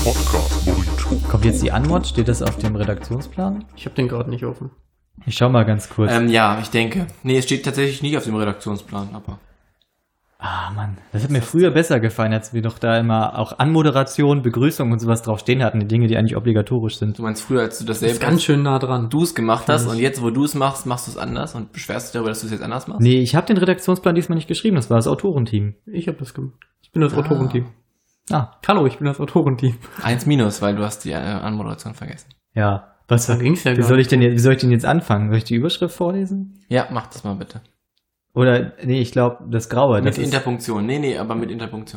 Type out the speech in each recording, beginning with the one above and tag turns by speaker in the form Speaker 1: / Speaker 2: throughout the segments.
Speaker 1: Podcast Burrito.
Speaker 2: Kommt jetzt die Anmod? Steht das auf dem Redaktionsplan?
Speaker 3: Ich habe den gerade nicht offen.
Speaker 2: Ich schau mal ganz kurz.
Speaker 4: Ja, ich denke. Nee, es steht tatsächlich nicht auf dem Redaktionsplan, aber...
Speaker 2: Mann, das hat mir früher besser gefallen, als wir doch da immer auch Anmoderation, Begrüßung und sowas drauf stehen hatten, die Dinge, die eigentlich obligatorisch sind.
Speaker 4: Du meinst früher, als du das
Speaker 3: Das ist
Speaker 4: selber
Speaker 3: ganz schön nah dran.
Speaker 4: du es gemacht hast und jetzt, wo du es machst, machst du es anders und beschwerst dich darüber, dass du es jetzt anders machst?
Speaker 2: Nee, ich habe den Redaktionsplan diesmal nicht geschrieben, das war das Autorenteam.
Speaker 3: Ich habe das gemacht. Ich bin das Autorenteam. Hallo, ich bin das Autorenteam.
Speaker 4: 1-, weil du hast die Anmoderation vergessen.
Speaker 2: Ja. Was
Speaker 3: Da ging's ja
Speaker 2: wie
Speaker 3: gar
Speaker 2: soll ich
Speaker 3: nicht.
Speaker 2: denn jetzt anfangen? Soll ich die Überschrift vorlesen?
Speaker 4: Ja, mach das mal bitte.
Speaker 2: Oder, nee, ich glaube, das Graue.
Speaker 4: Mit
Speaker 2: Das ist,
Speaker 4: Interpunktion. Nee, aber mit Interpunktion.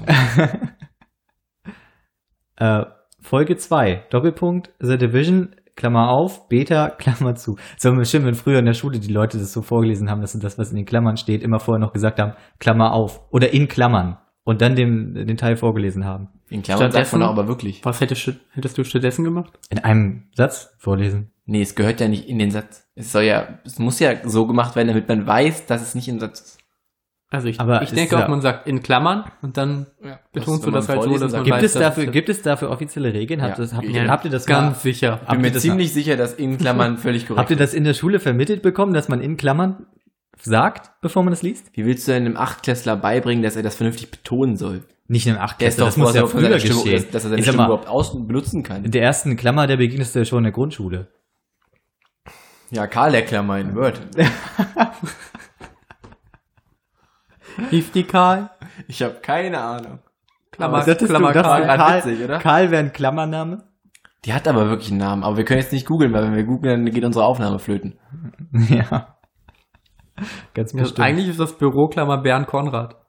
Speaker 2: Folge 2, Doppelpunkt, The Division, Klammer auf, Beta, Klammer zu. So bestimmt, wenn früher in der Schule die Leute das so vorgelesen haben, dass sie das, was in den Klammern steht, immer vorher noch gesagt haben, Klammer auf oder in Klammern und dann den Teil vorgelesen haben.
Speaker 4: In Klammern sagt man doch aber wirklich.
Speaker 3: Was hättest du stattdessen gemacht?
Speaker 2: In einem Satz vorlesen.
Speaker 4: Nee, es gehört ja nicht in den Satz. Es muss ja so gemacht werden, damit man weiß, dass es nicht im Satz ist.
Speaker 3: Also ich
Speaker 2: Aber
Speaker 3: denke
Speaker 2: ist
Speaker 3: auch, man sagt in Klammern und dann betonst du
Speaker 4: wenn man
Speaker 3: das halt so,
Speaker 4: vorlesen
Speaker 3: dass man
Speaker 4: sagt.
Speaker 3: weiß,
Speaker 2: Gibt es dafür offizielle Regeln? Habt ihr das
Speaker 3: ganz sicher.
Speaker 4: Ich bin mir ziemlich sicher, dass in Klammern völlig korrekt
Speaker 2: Habt ihr das in der Schule vermittelt bekommen, dass man in Klammern sagt, bevor man das liest?
Speaker 4: Wie willst du denn einem Achtklässler beibringen, dass er das vernünftig betonen soll?
Speaker 2: Nicht in einem
Speaker 4: Der
Speaker 2: Achtklässler,
Speaker 4: ist doch
Speaker 2: das muss ja
Speaker 4: von
Speaker 2: früher
Speaker 4: seiner Stimme,
Speaker 2: geschehen.
Speaker 4: dass er seine
Speaker 2: Ich sag
Speaker 4: Stimme
Speaker 2: mal,
Speaker 4: überhaupt benutzen kann.
Speaker 2: in der ersten Klammer, der beginnst du ja schon in der Grundschule.
Speaker 4: Ja, Karl der Klammer in Word.
Speaker 3: Hieß die Karl?
Speaker 4: Ich habe keine Ahnung.
Speaker 3: Klammer,
Speaker 2: Dachtest
Speaker 3: Klammer,
Speaker 2: du, dass
Speaker 3: Karl.
Speaker 4: Karl. Witzig, oder?
Speaker 2: Karl wäre ein Klammername?
Speaker 4: Die hat aber wirklich einen Namen. Aber wir können jetzt nicht googeln, weil wenn wir googeln, dann geht unsere Aufnahme flöten.
Speaker 2: Ja. Ganz bestimmt.
Speaker 3: Eigentlich ist das Büro Klammer Bernd Konrad.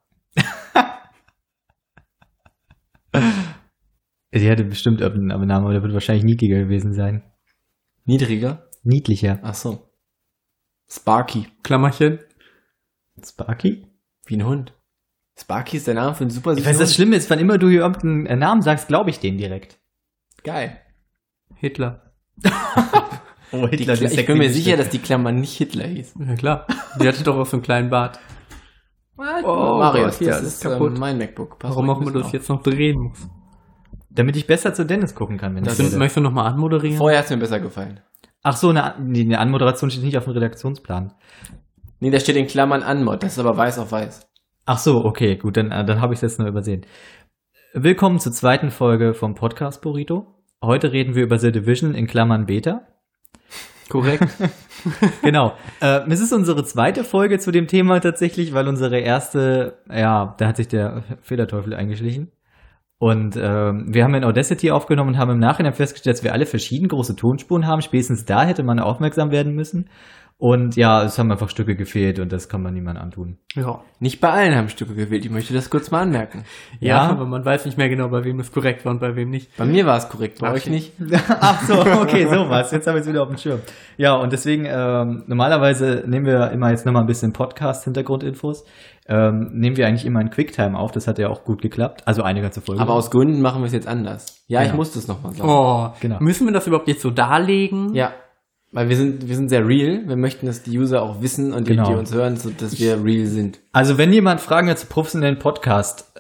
Speaker 2: Die hatte bestimmt irgendeinen Namen, aber der wird wahrscheinlich niedlicher gewesen sein.
Speaker 4: Niedriger?
Speaker 2: Niedlicher.
Speaker 4: Ach so. Sparky.
Speaker 3: Klammerchen.
Speaker 2: Sparky?
Speaker 4: Wie ein Hund. Sparky ist der Name für einen super
Speaker 2: Ich weiß, das Schlimme ist, wann immer du hier irgendeinen Namen sagst, glaube ich den direkt.
Speaker 4: Geil.
Speaker 3: Hitler.
Speaker 2: Oh, Hitler,
Speaker 4: Ich bin mir sicher, dass die Klammer nicht Hitler hieß.
Speaker 3: Ja klar. Die hatte doch auch so einen kleinen Bart.
Speaker 4: Oh, Marius,
Speaker 3: Gott, ja,
Speaker 4: das
Speaker 3: das
Speaker 4: ist
Speaker 3: ist kaputt.
Speaker 4: mein MacBook. Pass
Speaker 3: Warum
Speaker 4: mal
Speaker 3: auch immer
Speaker 4: ein
Speaker 3: du
Speaker 4: bisschen
Speaker 3: das jetzt noch drehen musst.
Speaker 2: Damit ich besser zu Dennis gucken kann, wenn ich rede.
Speaker 3: Möchtest du nochmal anmoderieren?
Speaker 4: Vorher hat's mir besser gefallen.
Speaker 2: Ach so, eine Anmoderation steht nicht auf dem Redaktionsplan.
Speaker 4: Nee, da steht in Klammern Anmod. Das ist aber weiß auf weiß.
Speaker 2: Ach so, okay, gut, dann habe ich es jetzt nur übersehen. Willkommen zur zweiten Folge vom Podcast Burrito. Heute reden wir über The Division in Klammern Beta.
Speaker 3: Korrekt.
Speaker 2: Genau. Es ist unsere zweite Folge zu dem Thema tatsächlich, weil unsere erste, da hat sich der Fehlerteufel eingeschlichen. Und wir haben in Audacity aufgenommen und haben im Nachhinein festgestellt, dass wir alle verschieden große Tonspuren haben. Spätestens da hätte man aufmerksam werden müssen. Und ja, es haben einfach Stücke gefehlt und das kann man niemandem antun.
Speaker 3: Ja.
Speaker 4: Nicht bei allen haben Stücke gewählt. Ich möchte das kurz mal anmerken.
Speaker 3: Ja, aber man weiß nicht mehr genau, bei wem es korrekt war und bei wem nicht.
Speaker 4: Bei mir war es korrekt, bei
Speaker 3: Ach,
Speaker 4: euch nicht.
Speaker 2: Ach so, okay, sowas. Jetzt habe ich es wieder auf dem Schirm. Ja, und deswegen, normalerweise nehmen wir immer jetzt nochmal ein bisschen Podcast-Hintergrundinfos. Nehmen wir eigentlich immer einen Quicktime auf. Das hat ja auch gut geklappt. Also eine ganze Folge.
Speaker 4: Aber aus Gründen machen wir es jetzt anders. Ja,
Speaker 2: Genau.
Speaker 4: ich muss das nochmal sagen.
Speaker 3: Oh,
Speaker 2: Genau.
Speaker 3: Müssen wir das überhaupt jetzt so darlegen?
Speaker 4: Ja, weil wir sind sehr real. Wir möchten, dass die User auch wissen und die,
Speaker 2: Genau.
Speaker 4: die uns hören, so, dass wir real sind.
Speaker 2: Also wenn jemand Fragen hat zu professionellen Podcast,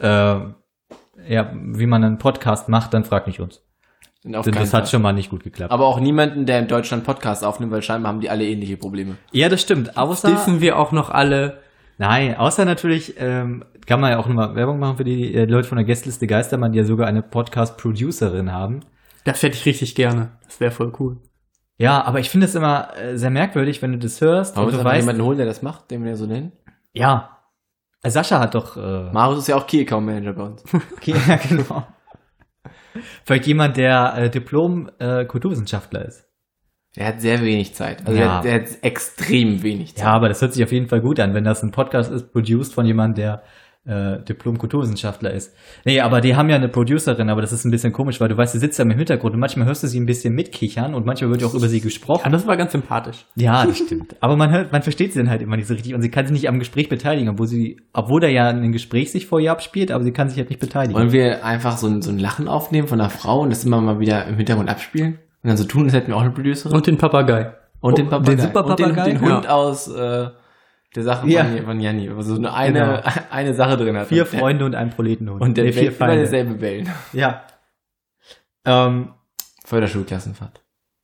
Speaker 2: wie man einen Podcast macht, dann fragt nicht uns.
Speaker 4: Und auf
Speaker 2: Denn
Speaker 4: keinen
Speaker 2: das hat
Speaker 4: Fall.
Speaker 2: schon mal nicht gut geklappt.
Speaker 4: Aber auch niemanden, der in Deutschland Podcast aufnimmt, weil scheinbar haben die alle ähnliche Probleme.
Speaker 2: Ja, das stimmt. Außer,
Speaker 3: Wissen wir auch noch alle.
Speaker 2: nein, außer natürlich, kann man ja auch nochmal Werbung machen für die Leute von der Gästeliste Geistermann, die ja sogar eine Podcast-Producerin haben.
Speaker 3: Das hätte ich richtig gerne. Das wäre voll cool.
Speaker 2: Ja, aber ich finde es immer sehr merkwürdig, wenn du das hörst
Speaker 4: Warum
Speaker 2: und
Speaker 4: ist
Speaker 2: du
Speaker 4: einfach
Speaker 2: weißt,
Speaker 4: jemanden holen, der das macht, den wir so nennen?
Speaker 2: ja, Sascha hat doch,
Speaker 4: Marius ist ja auch Key-Account-Manager bei uns.
Speaker 2: okay, ja, genau. Vielleicht jemand, der Diplom-Kulturwissenschaftler ist.
Speaker 4: Der hat sehr wenig Zeit. Also
Speaker 2: Ja.
Speaker 4: der hat extrem wenig Zeit.
Speaker 2: Ja, aber das hört sich auf jeden Fall gut an, wenn das ein Podcast ist, produced von jemandem, der Diplom-Kulturwissenschaftler ist. Nee, aber die haben ja eine Producerin, aber das ist ein bisschen komisch, weil du weißt, sie sitzt da im Hintergrund und manchmal hörst du sie ein bisschen mitkichern und manchmal wird ja auch über sie
Speaker 3: Ja,
Speaker 2: gesprochen.
Speaker 3: das war ganz sympathisch.
Speaker 2: Ja, das stimmt. Aber man versteht sie dann halt immer nicht so richtig und sie kann sich nicht am Gespräch beteiligen, obwohl da ja ein Gespräch sich vor ihr abspielt, aber sie kann sich halt nicht beteiligen.
Speaker 4: Wollen wir einfach so ein Lachen aufnehmen von einer Frau und das immer mal wieder im Hintergrund abspielen? Und dann so tun, als hätten wir auch eine Producerin?
Speaker 3: Und den Papagei.
Speaker 4: Und den Papagei.
Speaker 2: den Superpapagei?
Speaker 4: Und den Hund
Speaker 3: Ja.
Speaker 4: aus der Sache
Speaker 2: Ja.
Speaker 4: von Janni, wo so
Speaker 2: Genau.
Speaker 4: eine Sache drin hat.
Speaker 2: 4 Freunde und ein Proletenhund.
Speaker 4: Und der
Speaker 2: Nee, 4
Speaker 4: bellt immer
Speaker 2: Feinde.
Speaker 4: derselbe Bellen.
Speaker 2: Ja.
Speaker 4: Förderschulklassenfahrt.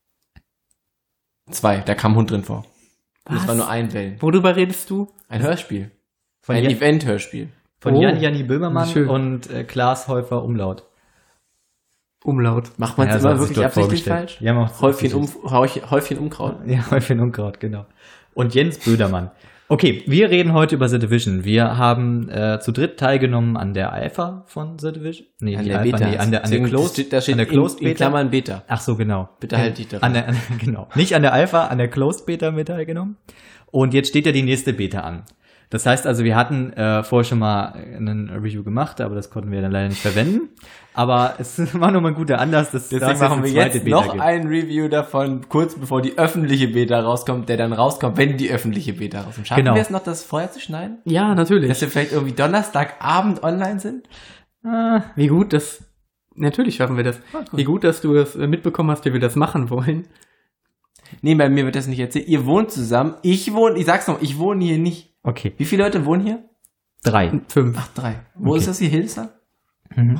Speaker 4: 2, da kam ein Hund drin vor. Und es war nur ein Wellen.
Speaker 3: Worüber redest du?
Speaker 4: Ein Hörspiel. Ein Event-Hörspiel.
Speaker 2: Von Janni Böhmermann und Klaas Häufer Umlaut.
Speaker 4: Macht man es immer wirklich absichtlich falsch?
Speaker 2: Ja,
Speaker 4: Häufchen Unkraut.
Speaker 2: Ja, Häufchen Unkraut, genau. Und Jens Bödermann. Okay, wir reden heute über The Division. Wir haben zu dritt teilgenommen an der Alpha von The Division. Nee,
Speaker 4: an
Speaker 2: die
Speaker 4: der
Speaker 2: Alpha,
Speaker 4: Beta.
Speaker 2: Nee, an der Closed.
Speaker 4: Da steht
Speaker 2: an der Closed
Speaker 4: in Klammern Beta.
Speaker 2: Ach so, genau.
Speaker 4: Bitte halt dich daran.
Speaker 2: Genau. Nicht an der Alpha, an der Closed Beta mit teilgenommen. Und jetzt steht ja die nächste Beta an. Das heißt also, wir hatten vorher schon mal einen Review gemacht, aber das konnten wir dann leider nicht verwenden. Aber es war nochmal ein guter Anlass, dass
Speaker 4: deswegen machen wir jetzt noch ein Review davon, kurz bevor die öffentliche Beta rauskommt, der dann rauskommt, wenn die öffentliche Beta rauskommt. Schaffen wir es noch, das vorher zu schneiden?
Speaker 3: Ja, natürlich.
Speaker 4: Dass wir vielleicht irgendwie Donnerstagabend online sind?
Speaker 3: Wie gut, natürlich schaffen wir das. Wie gut, dass du das mitbekommen hast, wie wir das machen wollen.
Speaker 4: Nee, bei mir wird das nicht erzählt. Ihr wohnt zusammen. Ich sag's noch, ich wohne hier nicht.
Speaker 2: Okay.
Speaker 4: Wie viele Leute wohnen hier?
Speaker 2: 3.
Speaker 3: 5.
Speaker 4: Ach, 3. Wo ist das hier? Hildesheim?
Speaker 2: Mhm.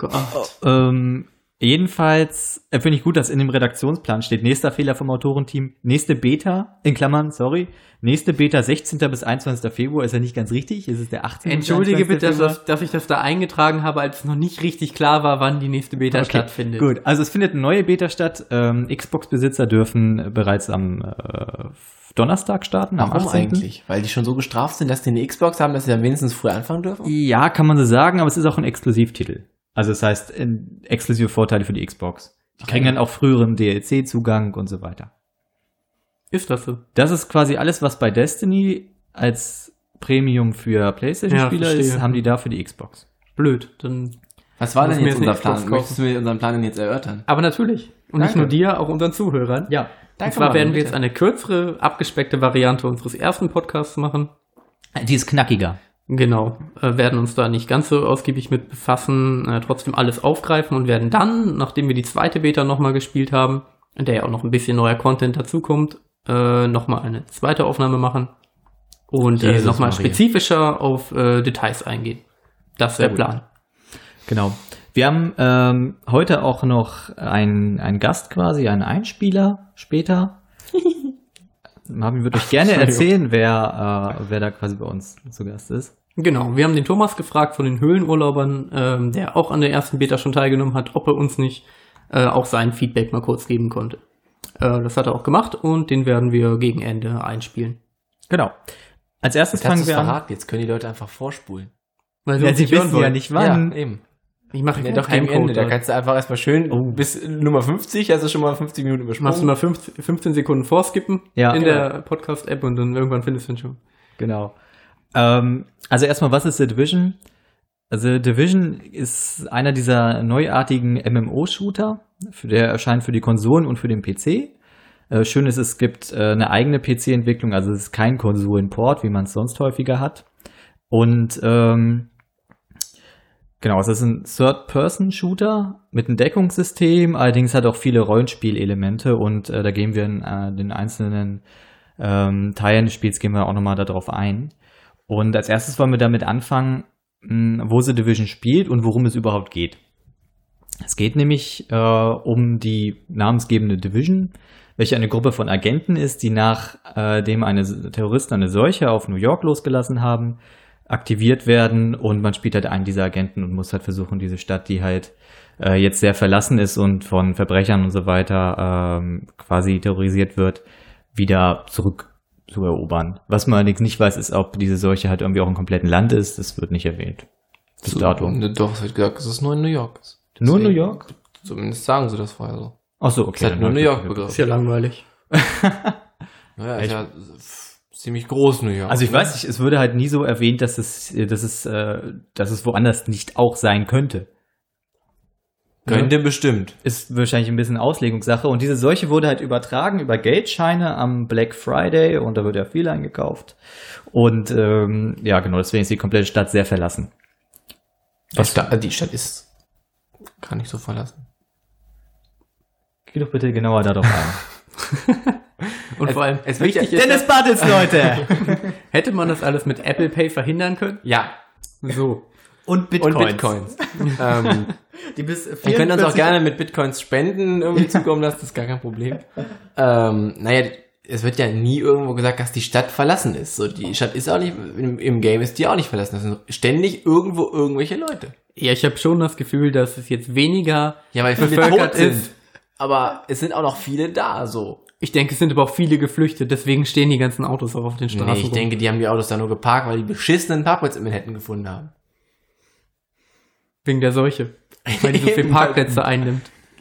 Speaker 2: Jedenfalls finde ich gut, dass in dem Redaktionsplan steht, nächster Fehler vom Autorenteam, nächste Beta, in Klammern, nächste Beta 16. bis 21. Februar, ist ja nicht ganz richtig, es ist der 18.
Speaker 3: Entschuldige bitte, dass ich das da eingetragen habe, als noch nicht richtig klar war, wann die nächste Beta stattfindet.
Speaker 2: Gut, also es findet eine neue Beta statt, Xbox-Besitzer dürfen bereits am Donnerstag starten, am 18.
Speaker 4: eigentlich? Weil die schon so gestraft sind, dass die eine Xbox haben, dass sie dann wenigstens früher anfangen dürfen?
Speaker 2: Ja, kann man so sagen, aber es ist auch ein Exklusivtitel. Also das heißt, exklusive Vorteile für die Xbox. Die kriegen dann auch früheren DLC-Zugang und so weiter.
Speaker 3: Ist das so?
Speaker 2: Das ist quasi alles, was bei Destiny als Premium für PlayStation-Spieler ist, haben die da für die Xbox.
Speaker 3: Blöd, dann...
Speaker 4: Was war denn jetzt unser Plan? Möchtest du mir unseren Plan denn jetzt erörtern?
Speaker 3: Aber natürlich. Und nicht nur dir, auch unseren Zuhörern.
Speaker 2: Ja.
Speaker 3: Und zwar werden wir jetzt eine kürzere, abgespeckte Variante unseres ersten Podcasts machen.
Speaker 2: Die ist knackiger.
Speaker 3: Genau. Werden uns da nicht ganz so ausgiebig mit befassen, trotzdem alles aufgreifen und werden dann, nachdem wir die zweite Beta nochmal gespielt haben, in der ja auch noch ein bisschen neuer Content dazukommt, nochmal eine zweite Aufnahme machen und nochmal spezifischer auf Details eingehen. Das ist der Plan.
Speaker 2: Genau. Wir haben heute auch noch einen Gast quasi, einen Einspieler später. Marvin würde euch gerne erzählen, wer da quasi bei uns zu Gast ist.
Speaker 3: Genau, wir haben den Thomas gefragt von den Höhlenurlaubern, der auch an der ersten Beta schon teilgenommen hat, ob er uns nicht auch sein Feedback mal kurz geben konnte. Das hat er auch gemacht und den werden wir gegen Ende einspielen.
Speaker 2: Genau. Als erstes fangen wir an.
Speaker 4: Jetzt können die Leute einfach vorspulen.
Speaker 2: Weil sie wissen ja nicht wann.
Speaker 4: Ja, eben.
Speaker 3: Ich mache
Speaker 4: ja doch gegen Ende. Da kannst du einfach erstmal schön bis Nummer 50, also schon mal 50 Minuten übersprungen.
Speaker 3: Machst du mal 15 Sekunden vorskippen der Podcast-App und dann irgendwann findest du ihn schon.
Speaker 2: Genau. Also erstmal, was ist The Division? Also The Division ist einer dieser neuartigen MMO-Shooter, der erscheint für die Konsolen und für den PC. Schön ist, es gibt eine eigene PC-Entwicklung, also es ist kein Konsolenport, wie man es sonst häufiger hat. Und genau, es ist ein Third-Person-Shooter mit einem Deckungssystem, allerdings hat auch viele Rollenspielelemente und da gehen wir in den einzelnen Teilen des Spiels gehen wir auch nochmal darauf ein. Und als erstes wollen wir damit anfangen, wo The Division spielt und worum es überhaupt geht. Es geht nämlich um die namensgebende Division, welche eine Gruppe von Agenten ist, die nachdem Terroristen eine Seuche auf New York losgelassen haben, aktiviert werden und man spielt halt einen dieser Agenten und muss halt versuchen, diese Stadt, die halt jetzt sehr verlassen ist und von Verbrechern und so weiter quasi terrorisiert wird, wieder zurück zu erobern. Was man allerdings nicht weiß, ist, ob diese Seuche halt irgendwie auch im kompletten Land ist. Das wird nicht erwähnt. Bis dato.
Speaker 4: Doch, es wird gesagt, dass es nur in New York ist.
Speaker 2: Nur in New York?
Speaker 4: Zumindest sagen sie das vorher so.
Speaker 2: Ach so, okay.
Speaker 4: Es hat nur New York begriffen.
Speaker 3: Ist ja langweilig.
Speaker 4: Naja, ist ja ziemlich groß New York.
Speaker 2: Also ich weiß nicht, es würde halt nie so erwähnt, dass es woanders nicht auch sein könnte.
Speaker 4: Könnte bestimmt.
Speaker 2: Ist wahrscheinlich ein bisschen Auslegungssache. Und diese Seuche wurde halt übertragen über Geldscheine am Black Friday und da wird ja viel eingekauft. Und ja, genau, deswegen ist die komplette Stadt sehr verlassen.
Speaker 4: Die Stadt ist gar nicht so verlassen.
Speaker 2: Geh doch bitte genauer darauf ein.
Speaker 3: Und vor allem,
Speaker 4: es wichtig ist,
Speaker 2: Dennis Bartels, Leute!
Speaker 3: Hätte man das alles mit Apple Pay verhindern können?
Speaker 4: Ja.
Speaker 3: So.
Speaker 2: Und Bitcoins.
Speaker 4: Ihr könnt uns auch gerne mit Bitcoins Spenden irgendwie zukommen lassen, das ist gar kein Problem. Naja, es wird ja nie irgendwo gesagt, dass die Stadt verlassen ist. So, die Stadt ist auch nicht, im Game ist die auch nicht verlassen. Das sind ständig irgendwo irgendwelche Leute.
Speaker 3: Ja, ich habe schon das Gefühl, dass es jetzt weniger
Speaker 4: weil viele tot sind. Aber es sind auch noch viele da, so.
Speaker 3: Ich denke, es sind aber auch viele geflüchtet, deswegen stehen die ganzen Autos auch auf den Straßen.
Speaker 4: Nee, ich denke, die haben die Autos da nur geparkt, weil die beschissenen Parkplätze in Manhattan gefunden haben.
Speaker 3: Wegen der Seuche. Weil die so viele Parkplätze einnimmt.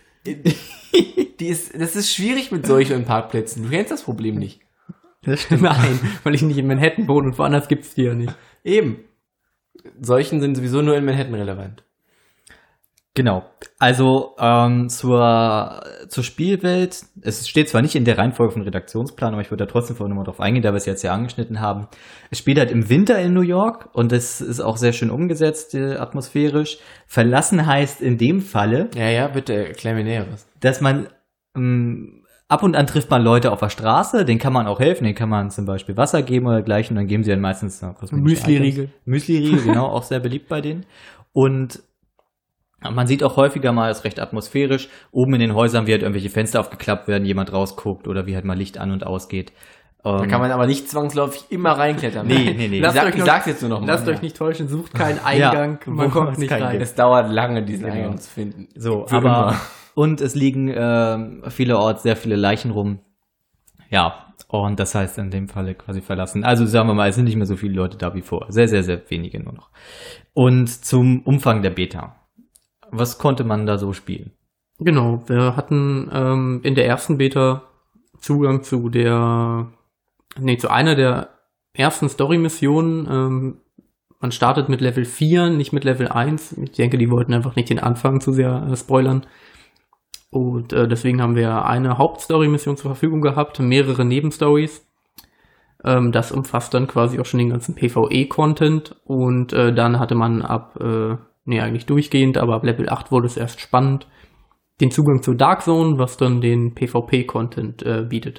Speaker 4: Das ist schwierig mit Seuche und Parkplätzen. Du kennst das Problem nicht.
Speaker 3: Das stimmt. Nein, weil ich nicht in Manhattan wohne und woanders gibt's die ja nicht.
Speaker 4: Eben. Seuchen sind sowieso nur in Manhattan relevant.
Speaker 2: Genau. Also zur Spielwelt, es steht zwar nicht in der Reihenfolge von Redaktionsplan, aber ich würde da trotzdem vorhin nochmal drauf eingehen, da wir es jetzt ja angeschnitten haben. Es spielt halt im Winter in New York und das ist auch sehr schön umgesetzt, atmosphärisch. Verlassen heißt in dem Falle...
Speaker 4: Ja, bitte erklär mir Näheres.
Speaker 2: Dass man... ab und an trifft man Leute auf der Straße, denen kann man auch helfen, denen kann man zum Beispiel Wasser geben oder dergleichen, dann geben sie dann meistens
Speaker 3: Müsli-Riegel.
Speaker 2: Müsli-Riegel, genau, auch sehr beliebt bei denen. Und man sieht auch häufiger mal, ist recht atmosphärisch, oben in den Häusern, wie halt irgendwelche Fenster aufgeklappt werden, jemand rausguckt oder wie halt mal Licht an- und ausgeht.
Speaker 4: Da kann man aber nicht zwangsläufig immer reinklettern.
Speaker 2: Nee.
Speaker 3: Ich sag's jetzt nur noch mal. Lasst euch nicht täuschen, sucht keinen Eingang, man kommt nicht rein.
Speaker 4: Es dauert lange, diesen Eingang zu finden.
Speaker 2: So, aber und es liegen vielerorts sehr viele Leichen rum. Ja, und das heißt in dem Falle quasi verlassen. Also sagen wir mal, es sind nicht mehr so viele Leute da wie vor. Sehr, sehr, sehr wenige nur noch. Und zum Umfang der Beta. Was konnte man da so spielen?
Speaker 3: Genau, wir hatten in der ersten Beta Zugang zu einer der ersten Story-Missionen. Man startet mit Level 4, nicht mit Level 1. Ich denke, die wollten einfach nicht den Anfang zu sehr spoilern. Und deswegen haben wir eine Hauptstory-Mission zur Verfügung gehabt, mehrere Nebenstories. Das umfasst dann quasi auch schon den ganzen PvE-Content. Und dann hatte man eigentlich durchgehend, aber ab Level 8 wurde es erst spannend, den Zugang zur Dark Zone, was dann den PvP-Content bietet.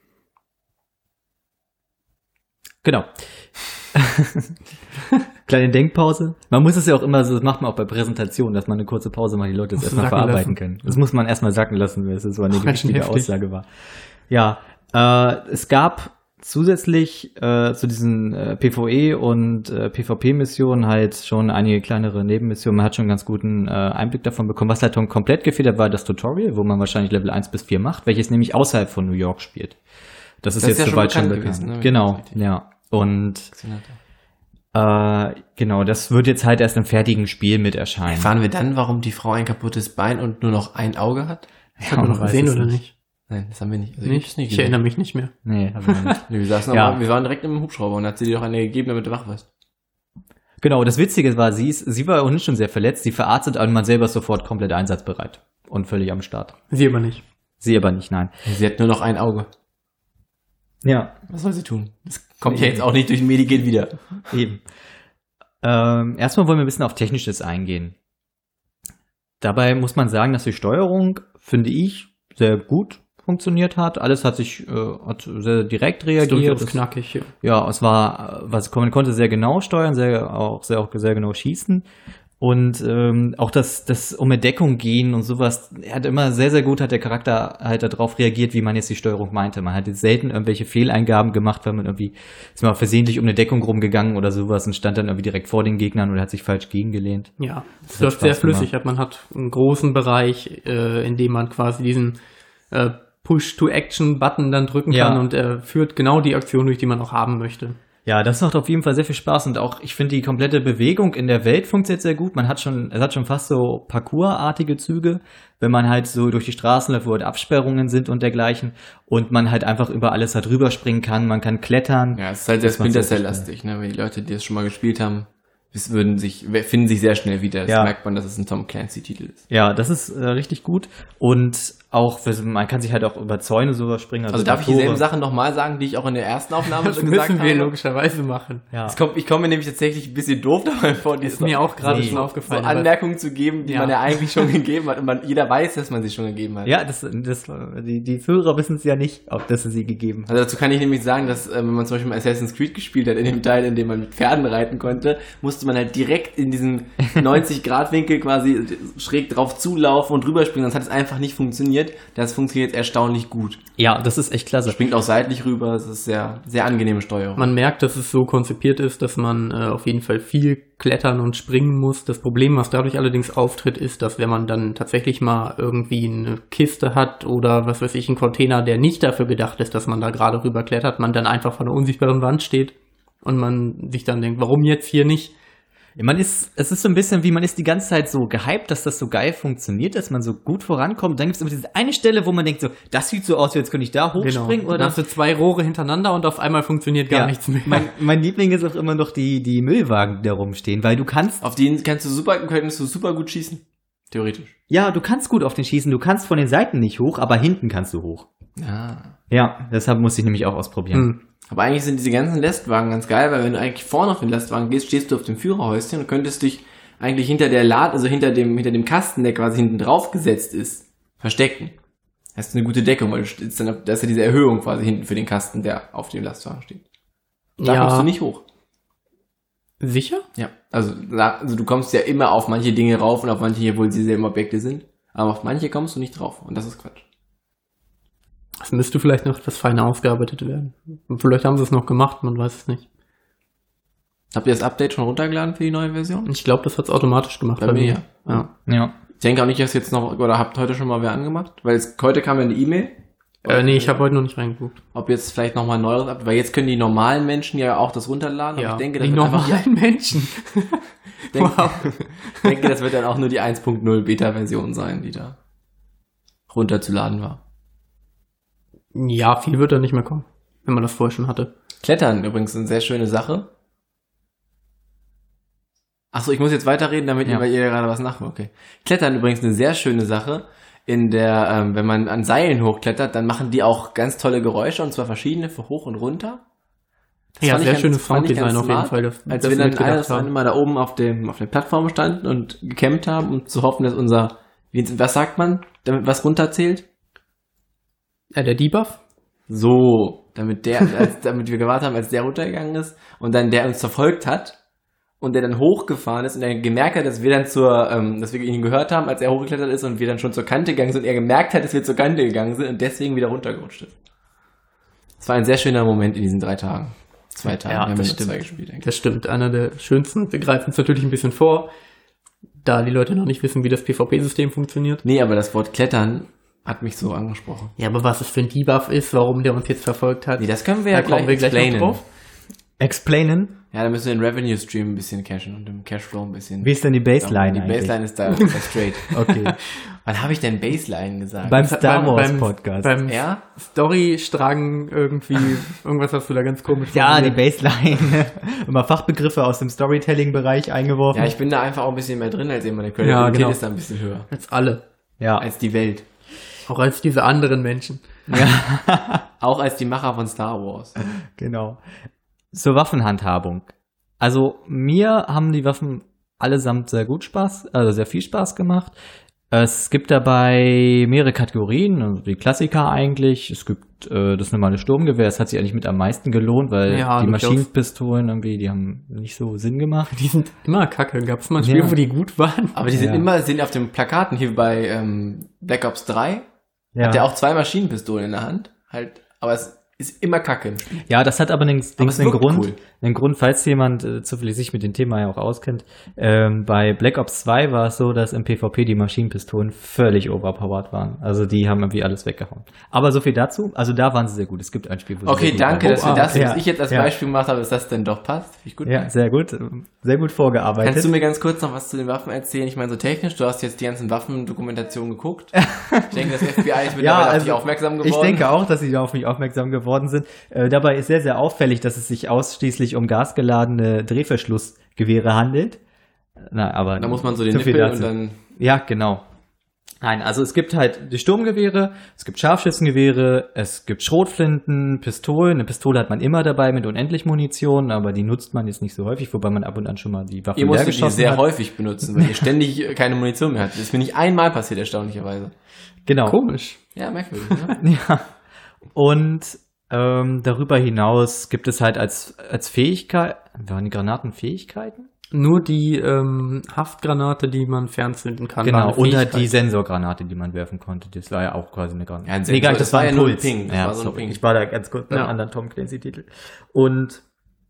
Speaker 2: Genau. Kleine Denkpause. Man muss es ja auch immer so, das macht man auch bei Präsentationen, dass man eine kurze Pause macht, die Leute das erstmal verarbeiten können. Das muss man erstmal sacken lassen, weil es so eine wichtige Aussage war. Ja, es gab zusätzlich zu diesen PvE und PvP-Missionen halt schon einige kleinere Nebenmissionen. Man hat schon einen ganz guten Einblick davon bekommen. Was halt schon komplett gefehlt hat, war das Tutorial, wo man wahrscheinlich Level 1 bis 4 macht, welches nämlich außerhalb von New York spielt. Das ist jetzt soweit schon bekannt gewesen, ne? Genau, ja. Und genau, das wird jetzt halt erst im fertigen Spiel mit erscheinen.
Speaker 4: Erfahren wir dann, warum die Frau ein kaputtes Bein und nur noch ein Auge hat?
Speaker 3: Das haben wir noch gesehen, oder nicht?
Speaker 4: Nein, das haben wir nicht. Also
Speaker 3: ich erinnere mich nicht mehr.
Speaker 2: Nee, haben wir nicht.
Speaker 4: Wir waren direkt im Hubschrauber und hat sie dir doch eine gegeben, damit du wach wirst.
Speaker 2: Genau, das Witzige war, sie war ohnehin schon sehr verletzt, sie verarztet, aber man selber ist sofort komplett einsatzbereit und völlig am Start.
Speaker 3: Sie aber nicht.
Speaker 2: Sie aber nicht, nein.
Speaker 4: Sie hat nur noch ein Auge.
Speaker 2: Ja.
Speaker 4: Was soll sie tun? Das kommt ja jetzt auch nicht durch den Medikit wieder.
Speaker 2: Eben. Erstmal wollen wir ein bisschen auf Technisches eingehen. Dabei muss man sagen, dass die Steuerung, finde ich, sehr gut funktioniert hat. Alles hat sehr direkt reagiert.
Speaker 3: Knackig.
Speaker 2: Ja, man konnte sehr genau steuern, sehr genau schießen. Und auch das um Deckung gehen und sowas, hat der Charakter halt darauf reagiert, wie man jetzt die Steuerung meinte. Man hat jetzt selten irgendwelche Fehleingaben gemacht, weil man irgendwie ist mal versehentlich um eine Deckung rumgegangen oder sowas und stand dann irgendwie direkt vor den Gegnern oder hat sich falsch gegengelehnt.
Speaker 3: Ja, es läuft sehr flüssig. Man hat einen großen Bereich, in dem man quasi diesen Push-to-Action-Button dann drücken kann und er führt genau die Aktion durch, die man auch haben möchte.
Speaker 2: Ja, das macht auf jeden Fall sehr viel Spaß und auch, ich finde, die komplette Bewegung in der Welt funktioniert sehr gut. Es hat schon fast so Parkour-artige Züge, wenn man halt so durch die Straßen läuft, wo halt Absperrungen sind und dergleichen und man halt einfach über alles halt rüberspringen kann, man kann klettern.
Speaker 4: Ja, es ist halt sehr Splinter Cell-lastig, ne? Weil die Leute, die das schon mal gespielt haben, finden sich sehr schnell wieder. Das merkt man, dass es ein Tom Clancy-Titel ist.
Speaker 2: Ja, das ist richtig gut und auch, man kann sich halt auch über Zäune sowas springen.
Speaker 4: Also darf ich dieselben Sachen nochmal sagen, die ich auch in der ersten Aufnahme
Speaker 3: Das
Speaker 4: schon gesagt habe?
Speaker 3: müssen wir logischerweise machen.
Speaker 2: Ja.
Speaker 4: Ich komme mir nämlich tatsächlich ein bisschen doof dabei vor,
Speaker 3: Das ist mir auch gerade schon
Speaker 4: so
Speaker 3: aufgefallen.
Speaker 4: Anmerkungen zu geben, die
Speaker 3: Ja.
Speaker 4: man ja eigentlich schon gegeben hat und jeder weiß, dass man sie schon gegeben hat.
Speaker 2: Ja, die Zuhörer wissen es ja nicht, dass es sie gegeben hat.
Speaker 4: Also dazu kann ich nämlich sagen, dass wenn man zum Beispiel mal Assassin's Creed gespielt hat, in dem Teil, in dem man mit Pferden reiten konnte, musste man halt direkt in diesen 90-Grad-Winkel quasi schräg drauf zulaufen und rüberspringen, sonst hat es einfach nicht funktioniert. Das funktioniert erstaunlich gut.
Speaker 2: Ja, das ist echt klasse.
Speaker 4: Springt auch seitlich rüber, es ist sehr, sehr angenehme Steuerung.
Speaker 3: Man merkt, dass es so konzipiert ist, dass man auf jeden Fall viel klettern und springen muss. Das Problem, was dadurch allerdings auftritt, ist, dass wenn man dann tatsächlich mal irgendwie eine Kiste hat oder was weiß ich, einen Container, der nicht dafür gedacht ist, dass man da gerade rüber klettert, man dann einfach vor einer unsichtbaren Wand steht und man sich dann denkt, warum jetzt hier nicht?
Speaker 2: Ja, es ist so ein bisschen wie, man ist die ganze Zeit so gehypt, dass das so geil funktioniert, dass man so gut vorankommt. Dann gibt es immer diese eine Stelle, wo man denkt so, das sieht so aus, jetzt könnte ich da hochspringen.
Speaker 3: Oder dann hast du 2 Rohre hintereinander und auf einmal funktioniert gar nichts mehr.
Speaker 2: Mein Liebling ist auch immer noch die Müllwagen, die da rumstehen, weil du kannst...
Speaker 4: Auf denen könntest du super gut schießen. Theoretisch.
Speaker 2: Ja, du kannst gut auf den schießen, du kannst von den Seiten nicht hoch, aber hinten kannst du hoch. Ja, deshalb muss ich nämlich auch ausprobieren.
Speaker 4: Aber eigentlich sind diese ganzen Lastwagen ganz geil, weil wenn du eigentlich vorne auf den Lastwagen gehst, stehst du auf dem Führerhäuschen und könntest dich eigentlich hinter der hinter dem Kasten, der quasi hinten drauf gesetzt ist, verstecken. Das ist eine gute Deckung, weil da ist ja diese Erhöhung quasi hinten für den Kasten, der auf dem Lastwagen steht. Da kommst du nicht hoch.
Speaker 3: Sicher?
Speaker 4: Ja. Also du kommst ja immer auf manche Dinge rauf und auf manche, obwohl sie dieselben Objekte sind. Aber auf manche kommst du nicht drauf. Und das ist Quatsch.
Speaker 3: Das müsste vielleicht noch etwas feiner ausgearbeitet werden. Und vielleicht haben sie es noch gemacht, man weiß es nicht.
Speaker 4: Habt ihr das Update schon runtergeladen für die neue Version?
Speaker 3: Ich glaube, das hat es automatisch gemacht
Speaker 4: bei mir.
Speaker 2: Ja.
Speaker 4: Ich denke auch nicht, dass jetzt noch, oder habt heute schon mal wer angemacht? Weil heute kam ja eine E-Mail.
Speaker 3: Nee, ich habe heute noch nicht reingeguckt.
Speaker 4: Ob jetzt vielleicht nochmal ein neueres Update, weil jetzt können die normalen Menschen ja auch das runterladen.
Speaker 3: Ja,
Speaker 4: ich denke,
Speaker 3: die normalen Menschen.
Speaker 4: Ich denke, das wird dann auch nur die 1.0 Beta-Version sein, die da runterzuladen war.
Speaker 3: Ja, viel wird da nicht mehr kommen, wenn man das vorher schon hatte.
Speaker 4: Klettern übrigens eine sehr schöne Sache. Achso, ich muss jetzt weiterreden, damit ihr gerade was nachmacht. Okay. Klettern übrigens eine sehr schöne Sache, in der, wenn man an Seilen hochklettert, dann machen die auch ganz tolle Geräusche, und zwar verschiedene für hoch und runter.
Speaker 3: Ja, sehr schönes Sounddesign auf jeden Fall.
Speaker 4: Als wir dann eines Mal da oben auf der Plattform standen und gecampt haben, um zu hoffen, dass was sagt man, damit was runterzählt?
Speaker 3: Der Debuff?
Speaker 4: So, damit wir gewartet haben, als der runtergegangen ist und dann der uns verfolgt hat und der dann hochgefahren ist und er gemerkt hat, dass wir dann dass wir ihn gehört haben, als er hochgeklettert ist und wir dann schon zur Kante gegangen sind und er gemerkt hat, dass wir zur Kante gegangen sind und deswegen wieder runtergerutscht ist. Das war ein sehr schöner Moment in diesen 3 Tagen. 2 Tagen.
Speaker 3: Ja,
Speaker 4: wir haben
Speaker 3: das
Speaker 4: nur
Speaker 3: stimmt.
Speaker 4: 2 gespielt, eigentlich.
Speaker 3: Das stimmt, einer der schönsten. Wir greifen es natürlich ein bisschen vor, da die Leute noch nicht wissen, wie das PvP-System funktioniert.
Speaker 4: Nee, aber das Wort Klettern hat mich so angesprochen.
Speaker 3: Ja, aber was es für ein Debuff ist, warum der uns jetzt verfolgt hat.
Speaker 4: Nee, das können wir ja
Speaker 3: kommen wir gleich noch drauf.
Speaker 2: Explainen?
Speaker 4: Ja, da müssen wir den Revenue Stream ein bisschen cashen und im Cashflow ein bisschen.
Speaker 2: Wie ist denn die Baseline
Speaker 4: Die
Speaker 2: eigentlich?
Speaker 4: Baseline ist da straight.
Speaker 2: Okay.
Speaker 4: Wann habe ich denn Baseline gesagt?
Speaker 2: Beim Star Wars Podcast.
Speaker 3: Beim
Speaker 4: Ja?
Speaker 3: Story-Stragen irgendwie, irgendwas hast du da ganz komisch
Speaker 2: Ja, die
Speaker 3: formuliert.
Speaker 2: Baseline. Immer Fachbegriffe aus dem Storytelling-Bereich eingeworfen.
Speaker 4: Ja, ich bin da einfach auch ein bisschen mehr drin als ihr. Meine Qualität
Speaker 3: Ja, genau.
Speaker 4: ist da ein bisschen höher.
Speaker 3: Als alle.
Speaker 2: Ja.
Speaker 4: Als die Welt.
Speaker 3: Auch als diese anderen Menschen.
Speaker 4: Auch als die Macher von Star Wars.
Speaker 2: Genau. Zur Waffenhandhabung. Also mir haben die Waffen allesamt sehr viel Spaß gemacht. Es gibt dabei mehrere Kategorien, also die Klassiker eigentlich. Es gibt das normale Sturmgewehr, das hat sich eigentlich mit am meisten gelohnt, weil
Speaker 3: Ja,
Speaker 2: die
Speaker 3: durchaus.
Speaker 2: Maschinenpistolen irgendwie, die haben nicht so Sinn gemacht.
Speaker 3: Die sind immer kacke. Gab es mal ein Spiel,
Speaker 2: Ja.
Speaker 3: wo die gut waren?
Speaker 4: Aber die sind auf den Plakaten hier bei Black Ops 3. Hat der auch 2 Maschinenpistolen in der Hand. Halt, aber es ist immer kacke.
Speaker 2: Ja, das hat aber einen
Speaker 4: es
Speaker 2: Grund,
Speaker 4: wirkt cool.
Speaker 2: einen Grund, falls jemand zufällig sich mit dem Thema ja auch auskennt. Bei Black Ops 2 war es so, dass im PvP die Maschinenpistolen völlig overpowered waren. Also die haben irgendwie alles weggehauen. Aber so viel dazu. Also da waren sie sehr gut. Es gibt ein Spiel, wo sie
Speaker 4: Okay,
Speaker 2: sehr gut
Speaker 4: danke,
Speaker 2: waren.
Speaker 4: dass wir das,
Speaker 2: ja.
Speaker 4: was ich jetzt als
Speaker 2: Ja.
Speaker 4: Beispiel gemacht habe, dass das denn doch passt. Finde ich gut.
Speaker 2: Ja, sehr gut. Sehr gut vorgearbeitet.
Speaker 4: Kannst du mir ganz kurz noch was zu den Waffen erzählen? Ich meine, so technisch, du hast jetzt die ganzen Waffendokumentationen geguckt. Ich denke, das FBI ist mittlerweile auf dich aufmerksam geworden.
Speaker 2: Ich denke auch, dass sie auf mich aufmerksam geworden sind. Dabei ist sehr, sehr auffällig, dass es sich ausschließlich um gasgeladene Drehverschlussgewehre handelt. Na, aber
Speaker 4: Da muss man so den
Speaker 2: zu viel
Speaker 4: Nippel
Speaker 2: dazu.
Speaker 4: und dann...
Speaker 2: Ja, genau. Nein, also es gibt halt die Sturmgewehre, es gibt Scharfschützengewehre, es gibt Schrotflinten, Pistolen. Eine Pistole hat man immer dabei mit unendlich Munition, aber die nutzt man jetzt nicht so häufig, wobei man ab und an schon mal die Waffe
Speaker 4: Ihr musstet die
Speaker 2: leergeschossen
Speaker 4: sehr
Speaker 2: hat.
Speaker 4: häufig benutzen, weil ihr ständig keine Munition mehr hattet. Das ist mir nicht einmal passiert, erstaunlicherweise.
Speaker 2: Genau.
Speaker 3: Komisch.
Speaker 4: Ja, merkwürdig, ne?
Speaker 2: Ja. Und darüber hinaus gibt es halt als Fähigkeit, waren die Granaten Fähigkeiten?
Speaker 3: Nur die Haftgranate, die man fernzünden kann. war
Speaker 2: Genau,
Speaker 3: eine
Speaker 2: und halt
Speaker 3: Fähigkeit.
Speaker 2: die Sensorgranate, die man werfen konnte. Das war ja auch quasi eine Granate.
Speaker 4: Ja, ein Sensor,
Speaker 2: das war
Speaker 4: ja
Speaker 2: ein
Speaker 4: nur ein
Speaker 2: Puls.
Speaker 4: Ping. Das
Speaker 2: Ja,
Speaker 4: war so ein
Speaker 2: sorry.
Speaker 4: Ping.
Speaker 2: Ich war da ganz kurz beim
Speaker 3: Ja.
Speaker 2: anderen Tom Clancy-Titel. Und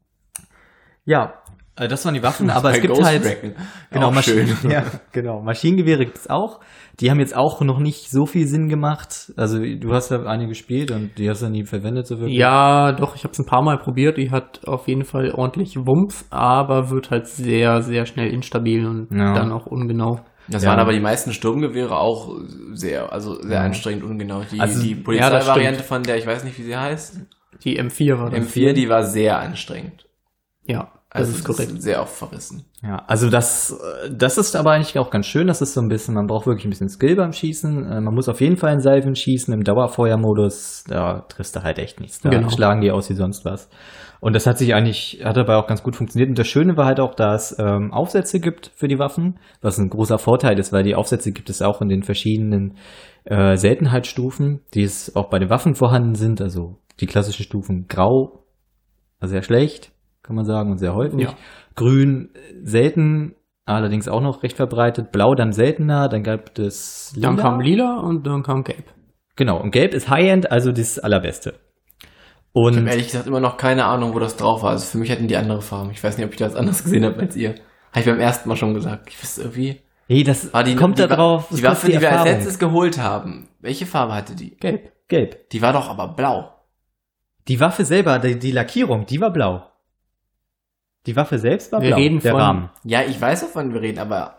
Speaker 2: ja, das waren die Waffen, aber es
Speaker 4: Bei
Speaker 2: gibt
Speaker 4: Ghost
Speaker 2: halt
Speaker 4: Recon.
Speaker 2: genau,
Speaker 4: Auch schön.
Speaker 2: Ja, genau. Maschinengewehre gibt es auch. Die haben jetzt auch noch nicht so viel Sinn gemacht. Also du hast ja eine gespielt und die hast du nie verwendet so wirklich.
Speaker 3: Ja, doch, ich habe es ein paar Mal probiert. Die hat auf jeden Fall ordentlich Wumms, aber wird halt sehr, sehr schnell instabil und
Speaker 2: Ja.
Speaker 3: dann auch ungenau.
Speaker 4: Das
Speaker 2: Ja.
Speaker 4: waren aber die meisten Sturmgewehre auch sehr
Speaker 2: Ja.
Speaker 4: anstrengend ungenau. Die
Speaker 2: Also,
Speaker 4: die
Speaker 3: ja, das
Speaker 4: Polizeivariante
Speaker 3: stimmt.
Speaker 4: von der, ich weiß nicht, wie sie heißt,
Speaker 3: Die M4 war das.
Speaker 4: M4, die war sehr anstrengend.
Speaker 3: Ja, das
Speaker 4: Also
Speaker 3: ist korrekt.
Speaker 4: sehr oft verrissen.
Speaker 2: Ja, also das ist aber eigentlich auch ganz schön. Das ist so ein bisschen, man braucht wirklich ein bisschen Skill beim Schießen. Man muss auf jeden Fall in Salven schießen. Im Dauerfeuermodus, da triffst du halt echt nichts. Da
Speaker 3: Genau.
Speaker 2: schlagen die aus wie sonst was. Und das hat dabei auch ganz gut funktioniert. Und das Schöne war halt auch, dass es Aufsätze gibt für die Waffen, was ein großer Vorteil ist, weil die Aufsätze gibt es auch in den verschiedenen Seltenheitsstufen, die es auch bei den Waffen vorhanden sind. Also die klassischen Stufen Grau, sehr schlecht, kann man sagen, und sehr häufig.
Speaker 3: Ja.
Speaker 2: Grün selten, allerdings auch noch recht verbreitet. Blau dann seltener, dann gab es
Speaker 3: Dann kam Lila und dann kam Gelb.
Speaker 2: Genau, und Gelb ist High-End, also das Allerbeste.
Speaker 4: Ich
Speaker 2: Und
Speaker 4: habe ehrlich gesagt immer noch keine Ahnung, wo das drauf war. Also für mich hatten die andere Farben. Ich weiß nicht, ob ich das anders gesehen habe als ihr. Habe ich beim ersten Mal schon gesagt. Ich wüsste irgendwie.
Speaker 2: nee, das
Speaker 4: War
Speaker 2: kommt da drauf.
Speaker 4: Die Waffe, die wir als letztes geholt haben. Welche Farbe hatte die?
Speaker 3: Gelb.
Speaker 2: Gelb.
Speaker 4: Die war doch aber blau.
Speaker 2: Die Waffe selber, die Lackierung, die war blau. Die Waffe selbst war
Speaker 3: Wir
Speaker 2: blau.
Speaker 3: reden
Speaker 2: der
Speaker 3: von-
Speaker 2: Rahmen.
Speaker 4: Ja, ich weiß, wovon wir reden, aber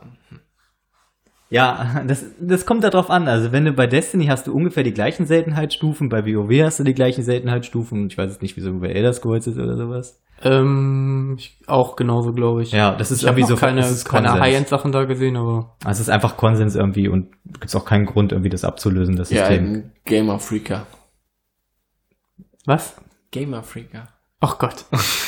Speaker 2: Ja, das kommt da drauf an. Also wenn du bei Destiny hast du ungefähr die gleichen Seltenheitsstufen, bei WoW hast du die gleichen Seltenheitsstufen. Ich weiß jetzt nicht, wieso bei Elder Scrolls ist oder sowas.
Speaker 3: Auch genauso, glaube ich.
Speaker 2: Ja, das ist
Speaker 3: Ich habe
Speaker 2: irgendwie
Speaker 3: noch
Speaker 2: so
Speaker 3: keine
Speaker 2: das ist Konsens.
Speaker 3: High-End-Sachen da gesehen, aber
Speaker 2: Also es ist einfach Konsens irgendwie und gibt's auch keinen Grund, irgendwie das abzulösen, das
Speaker 4: ja,
Speaker 2: System.
Speaker 4: ein Gamer Freaker.
Speaker 3: was?
Speaker 4: Gamer Freaker.
Speaker 3: Ach Gott,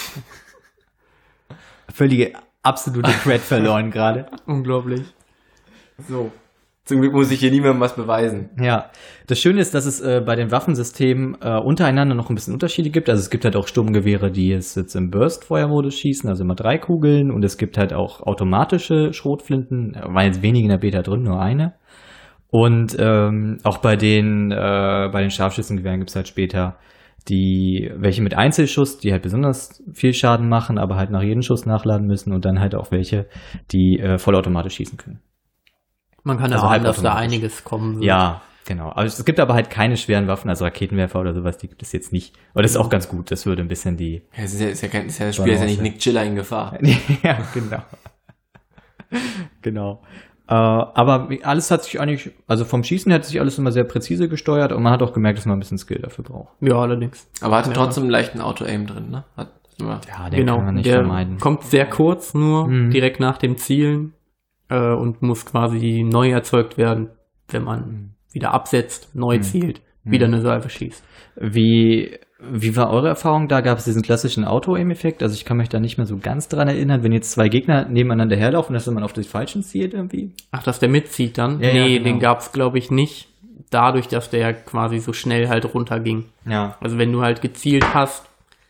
Speaker 2: Völlige absolute Cred verloren gerade.
Speaker 3: unglaublich.
Speaker 4: So. Zum Glück muss ich hier niemandem was beweisen.
Speaker 2: Ja, das Schöne ist, dass es bei den Waffensystemen untereinander noch ein bisschen Unterschiede gibt. Also es gibt halt auch Sturmgewehre, die es jetzt im Burst-Feuermodus schießen, also immer 3 Kugeln. Und es gibt halt auch automatische Schrotflinten, waren jetzt wenig in der Beta drin, nur eine. Und auch bei den Scharfschützengewehren gibt es halt später welche mit Einzelschuss, die halt besonders viel Schaden machen, aber halt nach jedem Schuss nachladen müssen und dann halt auch welche, die vollautomatisch schießen können.
Speaker 3: Man kann
Speaker 2: Also
Speaker 3: erahnen, dass da
Speaker 2: halbautomatisch.
Speaker 3: einiges kommen wird.
Speaker 2: Ja, genau. Also es gibt aber halt keine schweren Waffen, also Raketenwerfer oder sowas, die gibt es jetzt nicht. Aber das ist auch ganz gut, das würde ein bisschen die...
Speaker 4: Ja, das Spiel ist ja nicht Nick Chiller in Gefahr.
Speaker 2: ja, genau. Genau. Aber alles hat sich eigentlich, also vom Schießen her hat sich alles immer sehr präzise gesteuert und man hat auch gemerkt, dass man ein bisschen Skill dafür braucht.
Speaker 3: Ja, allerdings.
Speaker 4: Aber hatte
Speaker 3: Ja.
Speaker 4: trotzdem einen leichten Auto-Aim drin, ne?
Speaker 2: Ja,
Speaker 3: Genau,
Speaker 2: kann man nicht
Speaker 3: der
Speaker 2: vermeiden.
Speaker 3: kommt sehr kurz nur,
Speaker 2: Mhm.
Speaker 3: direkt nach dem Zielen und muss quasi neu erzeugt werden, wenn man wieder absetzt, neu zielt, wieder eine Salve schießt.
Speaker 2: Wie war eure Erfahrung da? Gab es diesen klassischen Auto-Aim-Effekt? Also ich kann mich da nicht mehr so ganz dran erinnern, wenn jetzt 2 Gegner nebeneinander herlaufen, dass man auf die falschen zielt irgendwie.
Speaker 3: Ach, dass der mitzieht dann?
Speaker 2: Ja,
Speaker 3: nee,
Speaker 2: ja, genau.
Speaker 3: den gab's glaube ich nicht, dadurch, dass der quasi so schnell halt runterging.
Speaker 2: Ja.
Speaker 3: Also wenn du halt gezielt hast,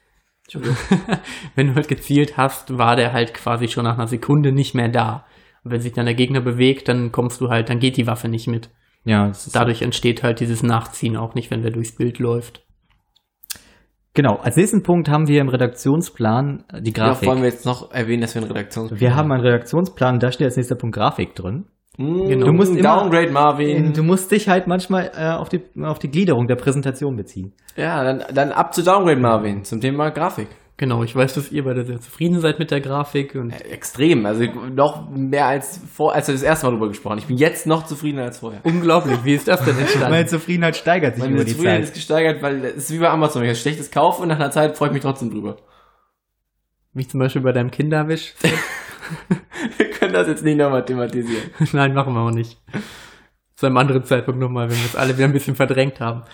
Speaker 3: war der halt quasi schon nach einer Sekunde nicht mehr da. Und wenn sich dann der Gegner bewegt, dann geht die Waffe nicht mit.
Speaker 2: Ja, das ist
Speaker 3: Dadurch entsteht halt dieses Nachziehen auch nicht, wenn der durchs Bild läuft.
Speaker 2: genau. Als nächsten Punkt haben wir im Redaktionsplan die
Speaker 4: Ja,
Speaker 2: Grafik.
Speaker 4: wollen wir jetzt noch erwähnen, dass wir einen Redaktionsplan
Speaker 2: Wir haben einen Redaktionsplan, da steht als nächster Punkt Grafik drin.
Speaker 3: Genau.
Speaker 2: Du musst immer-
Speaker 4: Downgrade Marvin.
Speaker 2: Du musst dich halt manchmal auf die Gliederung der Präsentation beziehen.
Speaker 4: Ja, dann ab zu Downgrade Marvin zum Thema Grafik.
Speaker 3: Genau, ich weiß, dass ihr beide sehr zufrieden seid mit der Grafik und
Speaker 4: Extrem, also noch mehr als als wir das erste Mal drüber gesprochen. Ich bin jetzt noch zufriedener als vorher.
Speaker 3: unglaublich, wie ist das denn entstanden?
Speaker 2: Meine Zufriedenheit steigert sich
Speaker 4: Meine
Speaker 2: über die
Speaker 4: Zufriedenheit
Speaker 2: Zeit.
Speaker 4: ist gesteigert, weil es ist wie bei Amazon. Wenn ich ein schlechtes kaufe und nach einer Zeit freue ich mich trotzdem drüber.
Speaker 3: Wie zum Beispiel bei deinem Kinderwisch?
Speaker 4: Wir können das jetzt nicht nochmal thematisieren.
Speaker 3: Nein, machen wir auch nicht. zu einem anderen Zeitpunkt nochmal, wenn wir es alle wieder ein bisschen verdrängt haben.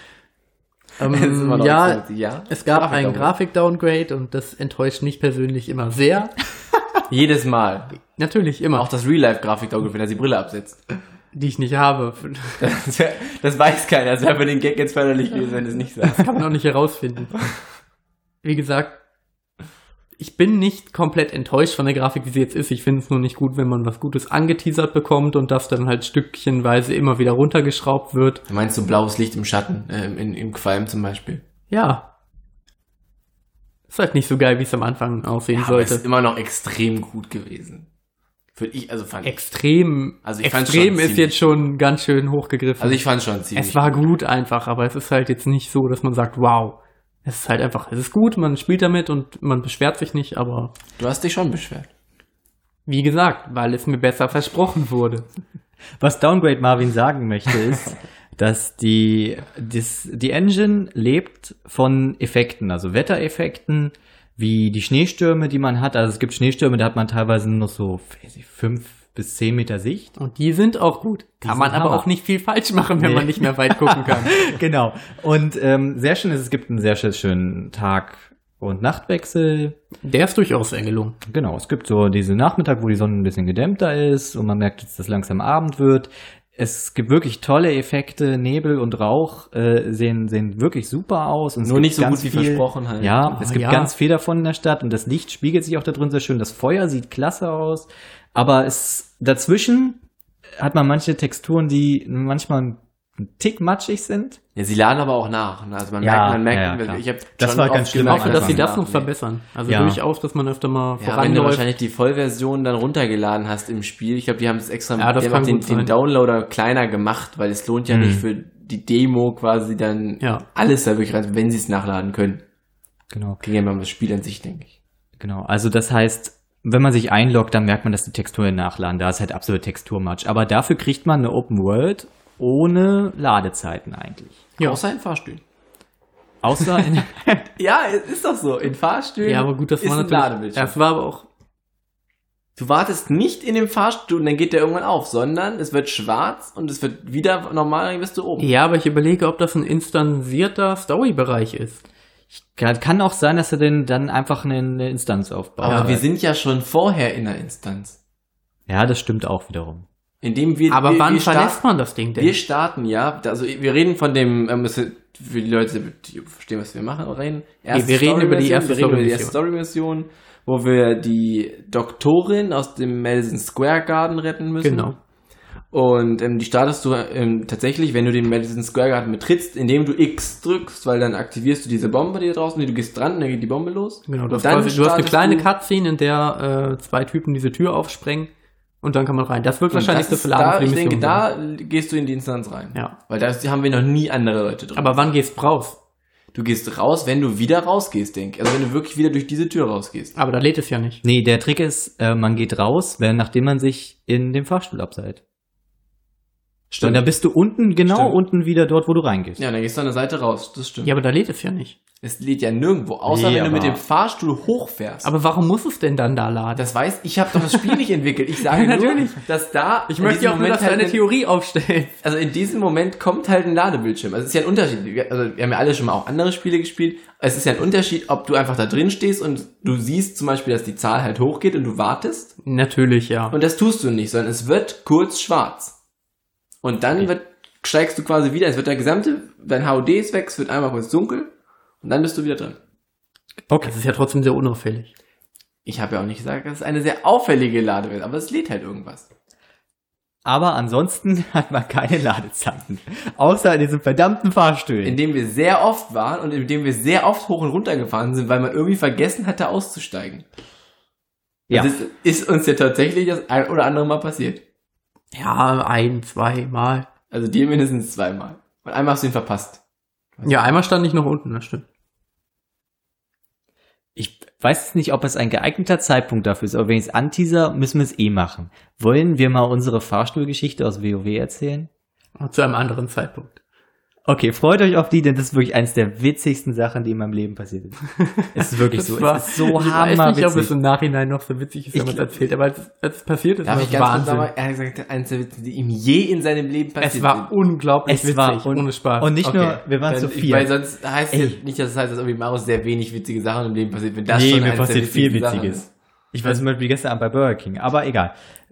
Speaker 3: Es gab ein Grafik-Downgrade und das enttäuscht mich persönlich immer sehr.
Speaker 4: Jedes Mal.
Speaker 3: Natürlich, immer.
Speaker 4: Auch das Real-Life-Grafik-Downgrade, wenn er die Brille absetzt.
Speaker 3: Die ich nicht habe.
Speaker 4: Das weiß keiner. Das wäre für den Gag jetzt förderlich gewesen, wenn du es nicht sagst.
Speaker 3: Das kann man auch nicht herausfinden. Wie gesagt, ich bin nicht komplett enttäuscht von der Grafik, wie sie jetzt ist. Ich finde es nur nicht gut, wenn man was Gutes angeteasert bekommt und das dann halt stückchenweise immer wieder runtergeschraubt wird.
Speaker 4: Du meinst so blaues Licht im Schatten, im Qualm zum Beispiel?
Speaker 3: Ja. Ist halt nicht so geil, wie es am Anfang aussehen sollte.
Speaker 4: Aber ist immer noch extrem gut gewesen. Fand ich.
Speaker 3: Extrem ist jetzt schon ganz schön hochgegriffen.
Speaker 4: Also ich fand schon ziemlich.
Speaker 3: Es war gut einfach, aber es ist halt jetzt nicht so, dass man sagt, wow. Es ist halt einfach, es ist gut, man spielt damit und man beschwert sich nicht, aber...
Speaker 4: Du hast dich schon beschwert.
Speaker 3: Wie gesagt, weil es mir besser versprochen wurde.
Speaker 2: Was Downgrade Marvin sagen möchte, ist, dass die Engine lebt von Effekten, also Wettereffekten, wie die Schneestürme, die man hat. Also es gibt Schneestürme, da hat man teilweise nur so 5 bis 10 Meter Sicht.
Speaker 3: Und die sind auch gut. Kann man aber auch nicht viel falsch machen, wenn man nicht mehr weit gucken kann.
Speaker 2: Genau. Und sehr schön ist, es gibt einen sehr schönen Tag- und Nachtwechsel.
Speaker 3: Der ist durchaus sehr gelungen.
Speaker 2: Genau, es gibt so diesen Nachmittag, wo die Sonne ein bisschen gedämmter ist und man merkt jetzt, dass langsam Abend wird. Es gibt wirklich tolle Effekte, Nebel und Rauch sehen wirklich super aus. Und
Speaker 4: nur nicht so gut wie versprochen halt.
Speaker 2: Ja, es gibt ganz viel davon in der Stadt und das Licht spiegelt sich auch da drin sehr schön. Das Feuer sieht klasse aus, aber dazwischen hat man manche Texturen, die manchmal ein Tick matschig sind.
Speaker 4: Ja, sie laden aber auch nach. Also man merkt, ich habe
Speaker 2: das war ganz schlimm.
Speaker 3: Ich hoffe, dass sie das noch verbessern. Also durchaus, dass man öfter mal voranläuft.
Speaker 4: Wenn du wahrscheinlich die Vollversion dann runtergeladen hast im Spiel. Ich glaube, die haben es extra den Downloader kleiner gemacht, weil es lohnt ja nicht für die Demo quasi dann alles da wirklich rein, wenn sie es nachladen können.
Speaker 2: Genau.
Speaker 4: Kriegen wir mal das Spiel an sich, denke ich.
Speaker 2: Genau, also das heißt, wenn man sich einloggt, dann merkt man, dass die Texturen nachladen. Da ist halt absolute Texturmatsch. Aber dafür kriegt man eine Open World ohne Ladezeiten eigentlich.
Speaker 4: Ja. Außer in Fahrstühlen.
Speaker 2: Außer in...
Speaker 4: Ja, es ist doch so. In Fahrstühlen
Speaker 3: ja, aber gut, das
Speaker 4: ist
Speaker 3: war
Speaker 4: ein Ladebildschirm.
Speaker 3: Das war aber auch...
Speaker 4: Du wartest nicht in dem Fahrstuhl und dann geht der irgendwann auf, sondern es wird schwarz und es wird wieder normal, dann bist du oben.
Speaker 3: Ja, aber ich überlege, ob das ein instansierter Story-Bereich ist.
Speaker 2: Kann auch sein, dass er denn dann einfach eine Instanz aufbaut.
Speaker 4: Aber wir sind ja schon vorher in der Instanz.
Speaker 2: Ja, das stimmt auch wiederum.
Speaker 3: Aber wann verlässt man das Ding denn?
Speaker 4: Wir starten also wir reden von dem, für die Leute, die verstehen, was wir machen, reden.
Speaker 3: Wir reden über die erste
Speaker 4: Story-Mission, wo wir die Doktorin aus dem Madison Square Garden retten müssen.
Speaker 3: Genau.
Speaker 4: Und die startest du tatsächlich, wenn du den Madison Square Garden betrittst, indem du X drückst, weil dann aktivierst du diese Bombe, die da draußen, du gehst dran, dann geht die Bombe los.
Speaker 3: Genau, du hast eine kleine Cutscene, in der 2 Typen diese Tür aufsprengen und dann kann man rein. Das wird wahrscheinlich das Laden für die Mission.
Speaker 4: Ich denke, da gehst du in die Instanz rein.
Speaker 3: Ja.
Speaker 4: Weil da haben wir noch nie andere Leute drin.
Speaker 3: Aber wann gehst du raus?
Speaker 4: Du gehst raus, wenn du wieder rausgehst, denke ich. Also wenn du wirklich wieder durch diese Tür rausgehst.
Speaker 3: Aber da lädt es ja nicht.
Speaker 2: Nee, der Trick ist, man geht raus, nachdem man sich in dem Fahrstuhl abseilt. Stimmt. Und dann bist du unten wieder dort, wo du reingehst.
Speaker 4: Ja, dann gehst du an der Seite raus, das stimmt.
Speaker 3: Ja, aber da lädt es ja nicht.
Speaker 4: Es lädt ja nirgendwo, außer wenn du mit dem Fahrstuhl hochfährst.
Speaker 3: Aber warum muss es denn dann da laden?
Speaker 4: Ich habe doch das Spiel nicht entwickelt. Ich sage
Speaker 3: natürlich,
Speaker 4: dass da...
Speaker 3: Ich möchte ja auch nur, dass du eine Theorie aufstellst.
Speaker 4: Also in diesem Moment kommt halt ein Ladebildschirm. Also es ist ja ein Unterschied. Wir haben ja alle schon mal auch andere Spiele gespielt. Es ist ja ein Unterschied, ob du einfach da drin stehst und du siehst zum Beispiel, dass die Zahl halt hochgeht und du wartest.
Speaker 3: Natürlich, ja.
Speaker 4: Und das tust du nicht, sondern es wird kurz schwarz. Und dann steigst du quasi wieder, dein HUD ist weg, es wird einmal kurz dunkel und dann bist du wieder drin.
Speaker 3: Okay. Das ist ja trotzdem sehr unauffällig.
Speaker 4: Ich habe ja auch nicht gesagt, das ist eine sehr auffällige Ladewelt, aber es lädt halt irgendwas.
Speaker 2: Aber ansonsten hat man keine Ladezeiten. Außer in diesem verdammten Fahrstuhl.
Speaker 4: In dem wir sehr oft waren und in dem wir sehr oft hoch und runter gefahren sind, weil man irgendwie vergessen hatte auszusteigen. Ja. Das ist uns ja tatsächlich das ein oder andere Mal passiert.
Speaker 3: Ja, 1-2 Mal.
Speaker 4: Also dir mindestens 2 Mal. Und einmal hast du ihn verpasst.
Speaker 3: Ja, einmal stand ich noch unten, das stimmt.
Speaker 2: Ich weiß nicht, ob es ein geeigneter Zeitpunkt dafür ist, aber wenn ich es anteaser, müssen wir es machen. Wollen wir mal unsere Fahrstuhlgeschichte aus WoW erzählen?
Speaker 3: Zu einem anderen Zeitpunkt.
Speaker 2: Okay, freut euch auf die, denn das ist wirklich eines der witzigsten Sachen, die in meinem Leben passiert ist. Es ist wirklich so. Es ist so hammerwitzig.
Speaker 3: Ich weiß nicht, ob es im Nachhinein noch so witzig ist, wenn man es erzählt, aber als es passiert ist, war es Wahnsinn.
Speaker 4: Er hat gesagt, eines der Witze, die ihm je in seinem Leben passiert sind.
Speaker 3: Es war unglaublich witzig, ohne Spaß.
Speaker 2: Und nicht nur, wir waren zu viel.
Speaker 4: Weil sonst heißt es nicht, dass irgendwie Marius sehr wenig witzige Sachen im Leben passiert. Wenn das
Speaker 2: nee,
Speaker 4: schon
Speaker 2: mir passiert viel
Speaker 4: Witziges.
Speaker 2: Witziges. Ich war zum Beispiel gestern Abend bei Burger King, aber egal.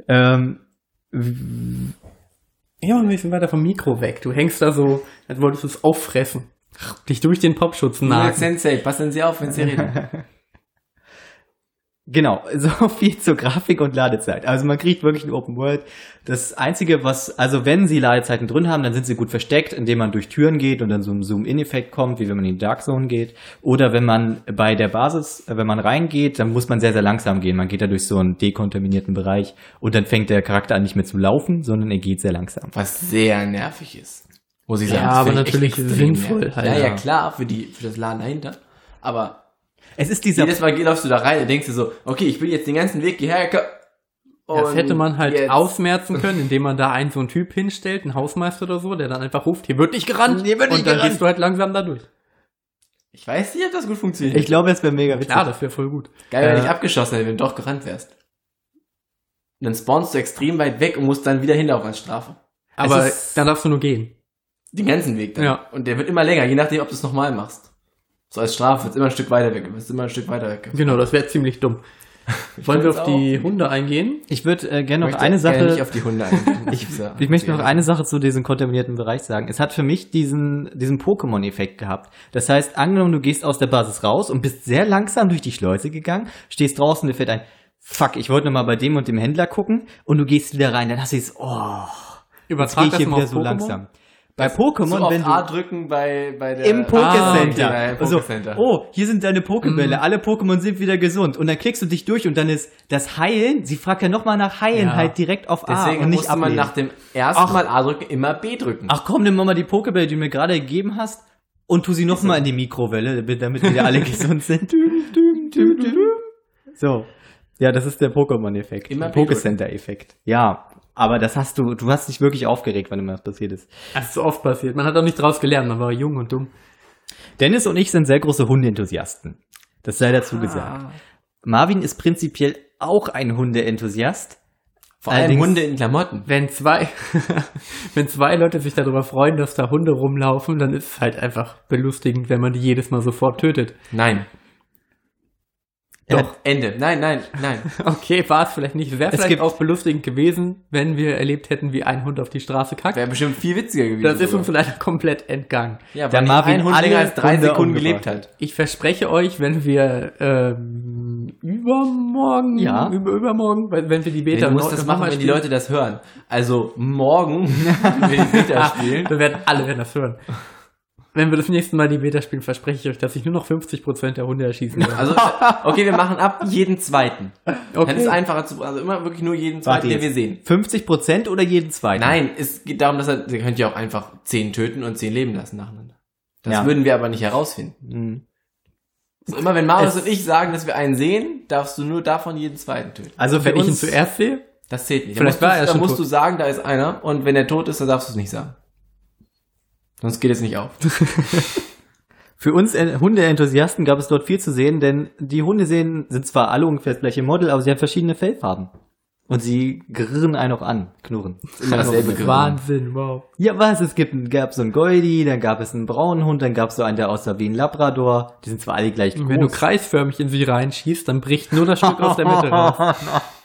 Speaker 3: Ja, ein bisschen weiter vom Mikro weg. Du hängst da so, als wolltest du es auffressen. Dich durch den Popschutz nagen.
Speaker 4: Sensei, passen Sie auf, wenn Sie reden.
Speaker 2: Genau, so viel zur Grafik und Ladezeit. Also man kriegt wirklich ein Open World. Das Einzige, also wenn sie Ladezeiten drin haben, dann sind sie gut versteckt, indem man durch Türen geht und dann so ein Zoom-In-Effekt kommt, wie wenn man in die Dark Zone geht. Oder wenn man bei der Basis, wenn man reingeht, dann muss man sehr, sehr langsam gehen. Man geht da durch so einen dekontaminierten Bereich und dann fängt der Charakter an nicht mehr zu laufen, sondern er geht sehr langsam.
Speaker 4: Was sehr nervig ist. Muss ich sagen.
Speaker 3: Ja, aber natürlich sinnvoll halt.
Speaker 4: Ja, klar, für das Laden dahinter. Aber
Speaker 2: es ist dieser
Speaker 4: jedes Mal läufst du da rein und denkst dir so, okay, ich bin jetzt den ganzen Weg hierher.
Speaker 3: Das hätte man halt ausmerzen können, indem man da so einen Typ hinstellt, einen Hausmeister oder so, der dann einfach ruft, hier wird nicht gerannt. Und dann gehst du halt langsam da durch.
Speaker 4: Ich weiß nicht, ob das gut funktioniert.
Speaker 2: Ich glaube, es wäre mega witzig.
Speaker 3: Klar, das wäre voll gut.
Speaker 4: Geil, wenn ich abgeschossen hätte, wenn du doch gerannt wärst. Und dann spawnst du extrem weit weg und musst dann wieder hinlaufen als Strafe.
Speaker 3: Aber dann darfst du nur gehen.
Speaker 4: Den ganzen Weg dann.
Speaker 3: Ja.
Speaker 4: Und der wird immer länger, je nachdem, ob du es nochmal machst. So als Strafe wird es immer ein Stück weiter weg.
Speaker 3: Genau, das wäre ziemlich dumm. Wollen wir auf die Hunde eingehen?
Speaker 2: Ich würde gerne noch eine Sache.
Speaker 4: Nicht auf die Hunde eingehen.
Speaker 2: Ich möchte noch eine Sache zu diesem kontaminierten Bereich sagen. Es hat für mich diesen Pokémon-Effekt gehabt. Das heißt, angenommen, du gehst aus der Basis raus und bist sehr langsam durch die Schleuse gegangen, stehst draußen, dir fällt ein, fuck, ich wollte noch mal bei dem und dem Händler gucken und du gehst wieder rein, dann hast du jetzt,
Speaker 3: Übertrag
Speaker 2: jetzt gehe ich hier wieder so langsam. Bei Pokémon,
Speaker 4: so
Speaker 2: wenn du
Speaker 4: A drücken bei der
Speaker 2: im Pokécenter.
Speaker 4: Okay.
Speaker 2: Also,
Speaker 4: Pokécenter.
Speaker 2: hier sind deine Pokébälle, alle Pokémon sind wieder gesund. Und dann klickst du dich durch und dann ist das Heilen, sie fragt ja nochmal nach Heilen halt direkt auf A.
Speaker 4: Deswegen
Speaker 2: und nicht
Speaker 4: musste man nach dem ersten Mal A drücken, immer B drücken.
Speaker 2: Ach komm, nimm mal die Pokébälle, die du mir gerade gegeben hast und tu sie nochmal in die Mikrowelle, damit wieder alle gesund sind. So. Ja, das ist der Pokémon-Effekt.
Speaker 4: Immer
Speaker 2: der Pokécenter-Effekt. Ja. Aber du hast dich wirklich aufgeregt, wann immer das passiert ist.
Speaker 3: Das ist so oft passiert. Man hat auch nicht draus gelernt, man war jung und dumm.
Speaker 2: Dennis und ich sind sehr große Hundeenthusiasten. Das sei dazu gesagt. Marvin ist prinzipiell auch ein Hundeenthusiast.
Speaker 4: Vor allem Hunde in Klamotten.
Speaker 3: Wenn zwei Leute sich darüber freuen, dass da Hunde rumlaufen, dann ist es halt einfach belustigend, wenn man die jedes Mal sofort tötet.
Speaker 4: Nein. Doch, Ende. Nein.
Speaker 3: Okay, war es vielleicht nicht. Wäre vielleicht auch belustigend gewesen, wenn wir erlebt hätten, wie ein Hund auf die Straße kackt.
Speaker 4: Wäre bestimmt viel witziger gewesen.
Speaker 3: Das ist uns leider komplett entgangen.
Speaker 4: Ja, weil ein Hund länger als 3 Sekunden gelebt hat.
Speaker 3: Ich verspreche euch, wenn wir übermorgen, wenn wir die Beta...
Speaker 4: Du musst das machen, wenn die Leute das hören. Also morgen, wenn wir die Beta spielen.
Speaker 3: Wir werden alle das hören. Wenn wir das nächste Mal die Beta spielen, verspreche ich euch, dass ich nur noch 50% der Hunde erschießen werde.
Speaker 4: Also, okay, wir machen ab jeden zweiten. Okay. Dann ist es einfacher also immer wirklich nur jeden zweiten, den wir sehen.
Speaker 2: 50% oder jeden zweiten?
Speaker 4: Nein, es geht darum, ihr könnt ja auch einfach 10 töten und 10 leben lassen nacheinander. Das würden wir aber nicht herausfinden. Also immer wenn Marius und ich sagen, dass wir einen sehen, darfst du nur davon jeden zweiten töten.
Speaker 3: Also wenn ich ihn zuerst sehe?
Speaker 4: Das zählt nicht.
Speaker 3: Vielleicht
Speaker 4: da musst du sagen, da ist einer und wenn er tot ist, dann darfst du es nicht sagen. Sonst geht es nicht auf.
Speaker 2: Für uns Hundeenthusiasten gab es dort viel zu sehen, denn die Hunde sind zwar alle ungefähr das gleiche Model, aber sie haben verschiedene Fellfarben. Und sie girren einen auch an, knurren.
Speaker 3: Wahnsinn, wow.
Speaker 2: Ja, was? Gab so einen Goldi, dann gab es einen braunen Hund, dann gab es so einen, der aussah wie ein Labrador. Die sind zwar alle gleich groß.
Speaker 3: Wenn du kreisförmig in sie reinschießt, dann bricht nur das Stück aus der Mitte raus.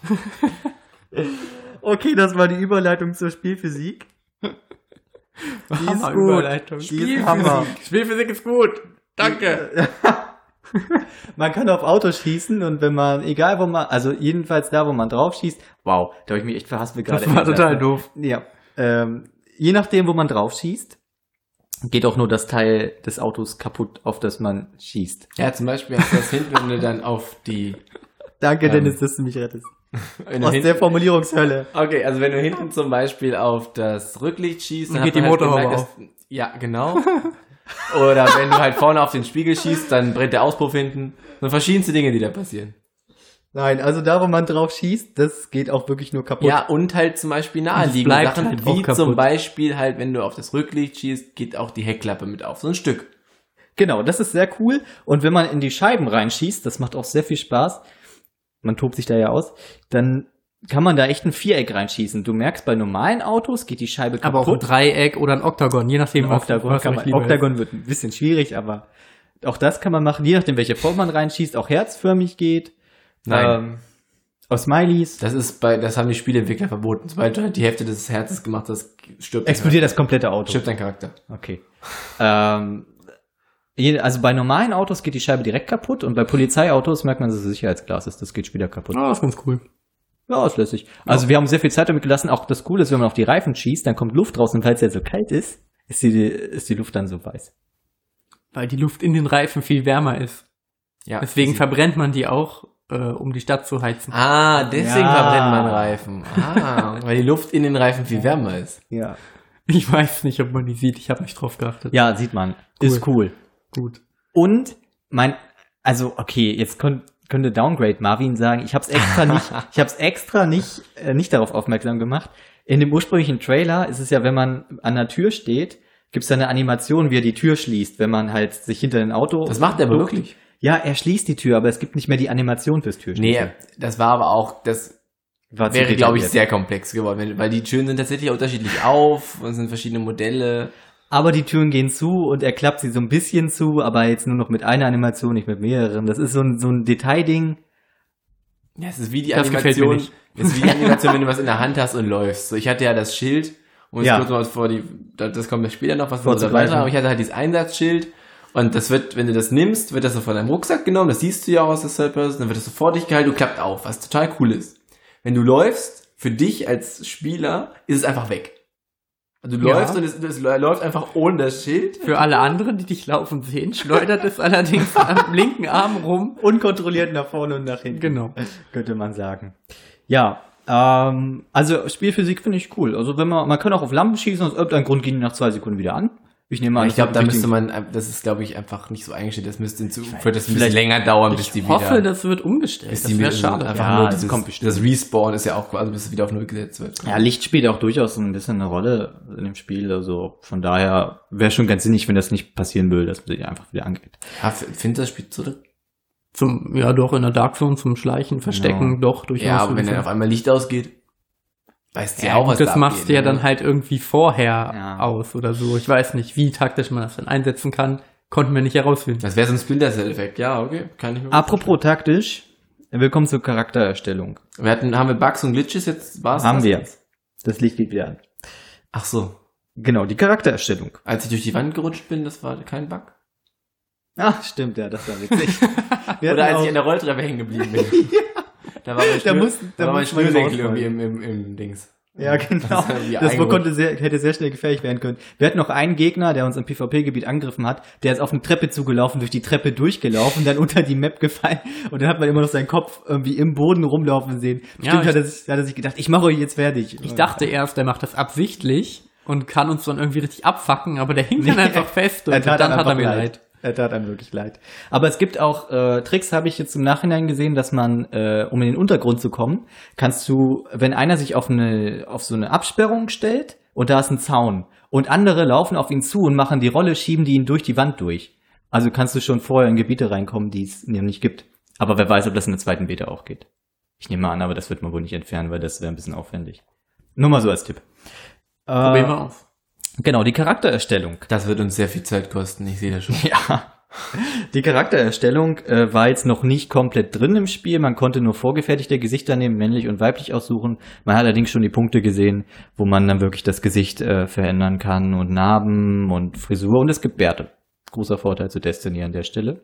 Speaker 2: Okay, das war die Überleitung zur Spielphysik.
Speaker 3: Die ist gut. Spielphysik ist gut. Danke.
Speaker 2: Man kann auf Autos schießen und wenn man, egal wo man, also jedenfalls da, wo man drauf schießt, wow, da habe ich mich echt verhaspelt gerade.
Speaker 3: Das war total doof.
Speaker 2: Ja. Je nachdem, wo man drauf schießt, geht auch nur das Teil des Autos kaputt, auf das man schießt.
Speaker 4: Ja, zum Beispiel hast du das hinten, wenn du dann auf die...
Speaker 2: Danke, Dennis, dass du mich rettest. Aus der Formulierungshölle.
Speaker 4: Okay, also wenn du hinten zum Beispiel auf das Rücklicht schießt,
Speaker 3: dann geht die Motorhaube auf.
Speaker 4: Ja, genau. Oder wenn du halt vorne auf den Spiegel schießt, dann brennt der Auspuff hinten. So verschiedenste Dinge, die da passieren.
Speaker 2: Nein, also da, wo man drauf schießt, das geht auch wirklich nur kaputt.
Speaker 4: Ja, und halt zum Beispiel naheliegende
Speaker 3: bleibt
Speaker 4: Sachen,
Speaker 3: halt auch
Speaker 4: wie
Speaker 3: kaputt.
Speaker 4: zum Beispiel halt, wenn du auf das Rücklicht schießt, geht auch die Heckklappe mit auf, so ein Stück.
Speaker 2: Genau, das ist sehr cool. Und wenn man in die Scheiben reinschießt, das macht auch sehr viel Spaß, man tobt sich da ja aus, dann kann man da echt ein Viereck reinschießen. Du merkst, bei normalen Autos geht die Scheibe kaputt.
Speaker 3: Aber auch ein Dreieck oder ein Oktagon, je nachdem,
Speaker 2: Ein Oktagon,
Speaker 3: was
Speaker 2: kann
Speaker 3: euch
Speaker 2: man,
Speaker 3: lieber
Speaker 2: Oktagon wird ein bisschen schwierig, aber auch das kann man machen, je nachdem, welche Form man reinschießt, auch herzförmig geht.
Speaker 4: Nein.
Speaker 2: Aus Smileys.
Speaker 4: Das haben die Spieleentwickler verboten. Sobald du halt die Hälfte des Herzens gemacht hast,
Speaker 2: Explodiert das komplette Auto.
Speaker 4: stirbt dein Charakter.
Speaker 2: Okay. Also bei normalen Autos geht die Scheibe direkt kaputt und bei Polizeiautos merkt man, dass es Sicherheitsglas ist. Das geht später kaputt.
Speaker 3: ist. Das ist ganz cool.
Speaker 2: Ja, ist lässig. Also wir haben sehr viel Zeit damit gelassen. Auch das Coole ist, wenn man auf die Reifen schießt, dann kommt Luft raus und weil es ja so kalt ist, ist die Luft dann so weiß.
Speaker 3: Weil die Luft in den Reifen viel wärmer ist.
Speaker 4: Ja.
Speaker 3: Deswegen verbrennt man die auch, um die Stadt zu heizen.
Speaker 4: Deswegen
Speaker 2: Ja.
Speaker 4: verbrennt man Reifen. Weil die Luft in den Reifen viel wärmer ist.
Speaker 2: Ja.
Speaker 3: Ich weiß nicht, ob man die sieht. Ich habe nicht drauf geachtet.
Speaker 2: Ja, sieht man. Ist cool.
Speaker 3: Gut.
Speaker 2: Und okay, jetzt könnte Downgrade Marvin sagen, ich hab's extra nicht darauf aufmerksam gemacht. In dem ursprünglichen Trailer ist es ja, wenn man an der Tür steht, gibt's da eine Animation, wie er die Tür schließt, wenn man halt sich hinter ein Auto...
Speaker 4: Das macht er aber
Speaker 2: duckt.
Speaker 4: wirklich.
Speaker 2: Ja, er schließt die Tür, aber es gibt nicht mehr die Animation fürs Türschließen.
Speaker 4: Nee, das war aber auch, das
Speaker 2: War zu
Speaker 4: wäre, glaube ich,
Speaker 2: detailliert.
Speaker 4: sehr komplex geworden, weil die Türen sind tatsächlich unterschiedlich auf und es sind verschiedene Modelle.
Speaker 2: Aber die Türen gehen zu und er klappt sie so ein bisschen zu, aber jetzt nur noch mit einer Animation, nicht mit mehreren. Das ist so ein Detailding.
Speaker 4: Ja, es ist wie die
Speaker 3: Das gefällt mir
Speaker 4: Animation,
Speaker 3: nicht.
Speaker 4: es ist wie die Animation, wenn du was in der Hand hast und läufst. So, ich hatte ja das Schild, und
Speaker 2: Ja.
Speaker 4: kurz mal das kommt ja später noch, was wir
Speaker 2: Vorzugreifen.
Speaker 4: weiter, aber ich hatte halt dieses Einsatzschild und das wird, wenn du das nimmst, wird das so von deinem Rucksack genommen, das siehst du ja auch aus der Third Person, dann wird das sofort dich gehalten, du klappt auf, was total cool ist. Wenn du läufst, für dich als Spieler, ist es einfach weg. Also du
Speaker 2: Ja.
Speaker 4: läufst und es läuft einfach ohne das Schild.
Speaker 3: Für alle anderen, die dich laufen sehen, schleudert es allerdings am linken Arm rum.
Speaker 2: Unkontrolliert nach vorne und nach hinten.
Speaker 3: Genau.
Speaker 2: Könnte man sagen. Ja, also Spielphysik finde ich cool. Also wenn man kann auch auf Lampen schießen, aus irgendeinem Grund gehen die nach 2 Sekunden wieder an. Ich nehme an,
Speaker 4: Ich glaube, da
Speaker 2: das
Speaker 4: müsste
Speaker 2: richtig-
Speaker 4: man, das ist, glaube ich, einfach nicht so eingestellt. Das müsste wird das ein bisschen länger dauern, bis die
Speaker 3: Ich
Speaker 4: wieder.
Speaker 3: hoffe, das wird umgestellt.
Speaker 4: bis
Speaker 3: Das
Speaker 4: die
Speaker 3: wäre
Speaker 4: wieder
Speaker 3: schade.
Speaker 4: einfach
Speaker 2: Ja,
Speaker 4: nur
Speaker 2: das kommt bestimmt.
Speaker 4: das Respawn ist ja auch quasi, bis es wieder auf Null gesetzt wird.
Speaker 2: Ja, Licht spielt auch durchaus ein bisschen eine Rolle in dem Spiel. Also von daher wäre schon ganz sinnig, wenn das nicht passieren würde, dass man sich einfach wieder angeht.
Speaker 4: Ja, findest du das Spiel zurück?
Speaker 3: Doch, in der Dark Zone zum Schleichen, Verstecken, doch, durchaus.
Speaker 4: Ja, aber wenn dann auf einmal Licht ausgeht, weißt du ja auch, was
Speaker 3: das
Speaker 4: da
Speaker 3: machst du ja
Speaker 4: abgeht,
Speaker 3: dann halt irgendwie vorher
Speaker 2: Ja.
Speaker 3: aus oder so. Ich weiß nicht, wie taktisch man das dann einsetzen kann. Konnten wir nicht herausfinden.
Speaker 4: Das wäre so ein Splinter Cell-Effekt. Ja, okay, kann ich mir
Speaker 2: Apropos taktisch, willkommen zur Charaktererstellung.
Speaker 4: haben wir Bugs und Glitches jetzt? War's
Speaker 2: Haben
Speaker 4: das
Speaker 2: wir.
Speaker 4: jetzt?
Speaker 2: Das Licht geht wieder an.
Speaker 4: Ach so.
Speaker 2: Genau, die Charaktererstellung.
Speaker 4: Als ich durch die Wand gerutscht bin, das war kein Bug?
Speaker 2: Ach, stimmt, ja, das war witzig.
Speaker 4: Oder als ich an der Rolltreppe hängen geblieben bin. Da war mein,
Speaker 2: Da mussten man
Speaker 4: Schnürsenkel
Speaker 2: rausfallen.
Speaker 4: irgendwie im Dings.
Speaker 2: Ja, genau.
Speaker 4: Das ist irgendwie
Speaker 2: Das
Speaker 4: eingerutscht.
Speaker 2: hätte sehr schnell gefährlich werden können. Wir hatten noch einen Gegner, der uns im PvP-Gebiet angegriffen hat, der ist auf eine Treppe zugelaufen, durch die Treppe durchgelaufen, dann unter die Map gefallen und dann hat man immer noch seinen Kopf irgendwie im Boden rumlaufen sehen.
Speaker 3: Ja,
Speaker 2: Stimmt, hat er sich gedacht, ich mache euch jetzt fertig.
Speaker 3: Ich dachte erst, der macht das absichtlich und kann uns dann irgendwie richtig abfacken, aber der hing dann
Speaker 2: Nee,
Speaker 3: einfach fest und
Speaker 2: dann
Speaker 3: dann hat er
Speaker 2: einfach
Speaker 3: mir leid.
Speaker 2: Er tat einem wirklich leid. Aber es gibt auch Tricks, habe ich jetzt im Nachhinein gesehen, dass man, um in den Untergrund zu kommen, kannst du, wenn einer sich auf so eine Absperrung stellt und da ist ein Zaun und andere laufen auf ihn zu und machen die Rolle, schieben die ihn durch die Wand durch. Also kannst du schon vorher in Gebiete reinkommen, die es noch nicht gibt. Aber wer weiß, ob das in der zweiten Beta auch geht. Ich nehme an, aber das wird man wohl nicht entfernen, weil das wäre ein bisschen aufwendig. Nur mal so als Tipp.
Speaker 3: Probieren wir aus.
Speaker 2: Genau, die Charaktererstellung.
Speaker 4: Das wird uns sehr viel Zeit kosten, ich sehe das schon.
Speaker 2: Ja. Die Charaktererstellung war jetzt noch nicht komplett drin im Spiel. Man konnte nur vorgefertigte Gesichter nehmen, männlich und weiblich aussuchen. Man hat allerdings schon die Punkte gesehen, wo man dann wirklich das Gesicht verändern kann und Narben und Frisur. Und es gibt Bärte. Großer Vorteil zu Destiny an der Stelle.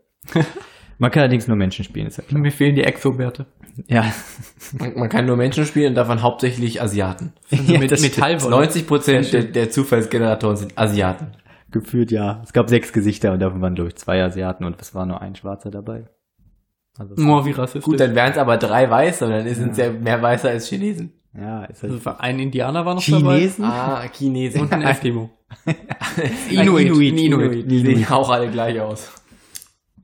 Speaker 2: Man kann allerdings nur Menschen spielen, ist ja klar.
Speaker 3: Mir fehlen die Exobärte.
Speaker 2: Ja.
Speaker 4: Man kann nur Menschen spielen und davon hauptsächlich Asiaten.
Speaker 2: Ja,
Speaker 3: Mit
Speaker 2: das stimmt.
Speaker 3: Metallwolle.
Speaker 4: 90% der Zufallsgeneratoren sind Asiaten.
Speaker 2: Gefühlt ja. Es gab 6 Gesichter und davon waren, glaube ich, 2 Asiaten und es war nur ein Schwarzer dabei. Also,
Speaker 3: Oh, wie rassistisch.
Speaker 4: Gut, dann wären es aber 3 Weiße und dann sind es ja mehr Weiße als Chinesen.
Speaker 2: ja, ist halt
Speaker 3: Also ein Indianer war noch
Speaker 2: Chinesen?
Speaker 4: Ah, Chinesen.
Speaker 3: dabei. Und ein Eskimo.
Speaker 2: Inuit.
Speaker 3: Ein Inuit.
Speaker 4: Die sehen auch alle gleich aus.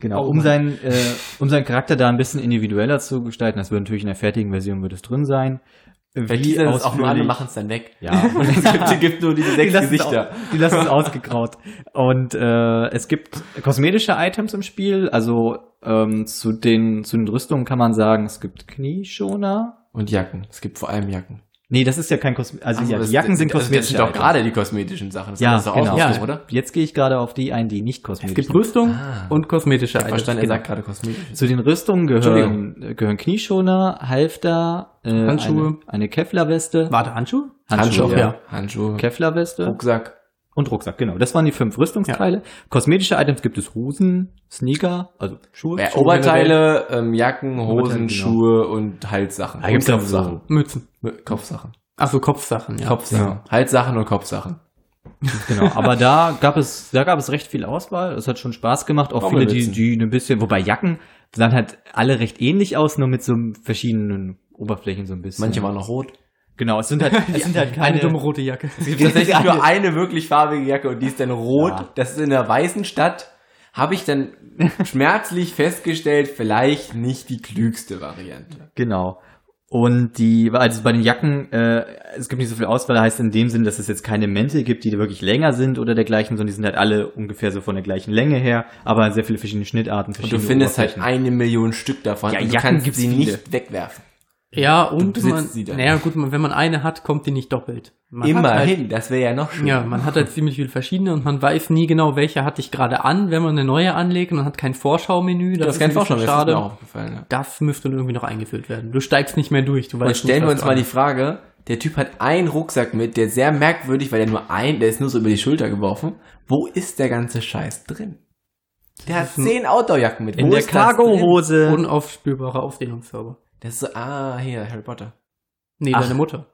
Speaker 2: Genau,
Speaker 3: Oh
Speaker 2: um
Speaker 3: Mann.
Speaker 2: seinen Charakter da ein bisschen individueller zu gestalten. Das wird natürlich in der fertigen Version wird es drin sein.
Speaker 4: Vielleicht teasern es auch nur an und machen es dann weg.
Speaker 2: Ja,
Speaker 4: Und es gibt nur diese 6 Gesichter.
Speaker 2: Die lassen es ausgegraut. Und es gibt kosmetische Items im Spiel. Also zu den Rüstungen kann man sagen, es gibt Knieschoner.
Speaker 4: Und Jacken. Es gibt vor allem Jacken.
Speaker 2: Nee, das ist ja kein Kosmetik. Also ja,
Speaker 4: das-
Speaker 2: die Jacken sind
Speaker 4: das
Speaker 2: kosmetische
Speaker 4: sind doch
Speaker 2: Items.
Speaker 4: gerade die kosmetischen Sachen. Das
Speaker 2: Ja,
Speaker 4: hast du auch
Speaker 2: genau.
Speaker 4: ausgesucht,
Speaker 3: Ja.
Speaker 4: oder?
Speaker 2: Jetzt gehe ich gerade auf die ein, die nicht
Speaker 3: Es
Speaker 2: kosmetisch
Speaker 3: gibt
Speaker 2: sind.
Speaker 3: Rüstung
Speaker 4: Ah.
Speaker 3: und kosmetische
Speaker 4: Ich hab
Speaker 3: Items.
Speaker 4: verstanden, er
Speaker 2: genau.
Speaker 4: sagt gerade kosmetisch.
Speaker 2: Zu den Rüstungen gehören Knieschoner, Halfter,
Speaker 3: Handschuhe.
Speaker 2: eine Kevlar-Weste,
Speaker 3: Warte, Handschuhe?
Speaker 2: Handschuhe,
Speaker 3: ja.
Speaker 4: Handschuhe.
Speaker 2: Kevlar-Weste
Speaker 4: Rucksack.
Speaker 2: und Rucksack. Genau, das waren die 5 Rüstungsteile. Kosmetische Items gibt es Hosen, Sneaker, also Schuhe. Schuhe generell.
Speaker 4: Oberteile, Jacken, Hosen,
Speaker 2: Oberteile, genau.
Speaker 4: Schuhe und Halssachen.
Speaker 2: Da gibt's
Speaker 4: und
Speaker 2: dann
Speaker 4: Kopfsachen.
Speaker 3: Mützen.
Speaker 4: Kopfsachen.
Speaker 3: Achso, Kopfsachen, ja.
Speaker 4: Kopfsachen.
Speaker 2: Ja.
Speaker 4: Halssachen und Kopfsachen.
Speaker 2: Genau, aber da gab es recht viel Auswahl. Es hat schon Spaß gemacht. Auch viele, die ein bisschen, wobei Jacken sahen halt alle recht ähnlich aus, nur mit so verschiedenen Oberflächen so ein bisschen.
Speaker 4: Manche waren noch rot.
Speaker 2: Genau, es sind halt
Speaker 3: Eine
Speaker 2: keine
Speaker 3: dumme rote Jacke.
Speaker 4: Es gibt tatsächlich nur eine wirklich farbige Jacke und die ist dann rot.
Speaker 2: Ja.
Speaker 4: Das ist in der weißen Stadt. Habe ich dann schmerzlich festgestellt, vielleicht nicht die klügste Variante.
Speaker 2: Genau. Und also bei den Jacken, es gibt nicht so viel Auswahl, heißt in dem Sinn, dass es jetzt keine Mäntel gibt, die wirklich länger sind oder dergleichen, sondern die sind halt alle ungefähr so von der gleichen Länge her, aber sehr viele verschiedene Schnittarten,
Speaker 4: Und
Speaker 2: verschiedene
Speaker 4: du findest halt
Speaker 2: Oberflächen.
Speaker 4: 1 Million Stück davon.
Speaker 2: Ja,
Speaker 4: und du
Speaker 2: Jacken
Speaker 4: kannst
Speaker 2: gibt's
Speaker 4: sie
Speaker 2: viele.
Speaker 4: nicht wegwerfen.
Speaker 3: Ja, und
Speaker 4: besitzt
Speaker 3: man,
Speaker 4: sie dann.
Speaker 3: naja, gut, wenn man eine hat, kommt die nicht doppelt. Man hat
Speaker 4: Immerhin,
Speaker 3: halt,
Speaker 4: das wäre ja noch schöner.
Speaker 3: ja, man hat halt ziemlich viele verschiedene und man weiß nie genau, welche hatte ich gerade an, wenn man eine neue anlegt und man hat kein Vorschaumenü.
Speaker 4: Du hast keinen Vorschau, das ist
Speaker 3: schade.
Speaker 4: mir auch aufgefallen. Ja.
Speaker 3: Das müsste dann irgendwie noch eingeführt werden. Du steigst nicht mehr durch, du
Speaker 4: Und
Speaker 3: weißt
Speaker 4: stellen
Speaker 3: nicht,
Speaker 4: wir
Speaker 3: was
Speaker 4: uns
Speaker 3: du
Speaker 4: mal die
Speaker 3: an-
Speaker 4: Frage, der Typ hat einen Rucksack mit, der ist sehr merkwürdig, weil der ist nur so über die Schulter geworfen. Wo ist der ganze Scheiß drin? Der hat 10 Outdoorjacken mit.
Speaker 2: In
Speaker 4: Wo
Speaker 2: der
Speaker 4: ist das drin?
Speaker 2: Cargohose.
Speaker 3: Unaufspürbare Aufdehnungszauber.
Speaker 4: Das ist so, hier, Harry Potter.
Speaker 3: Nee,
Speaker 2: Ach.
Speaker 3: deine Mutter.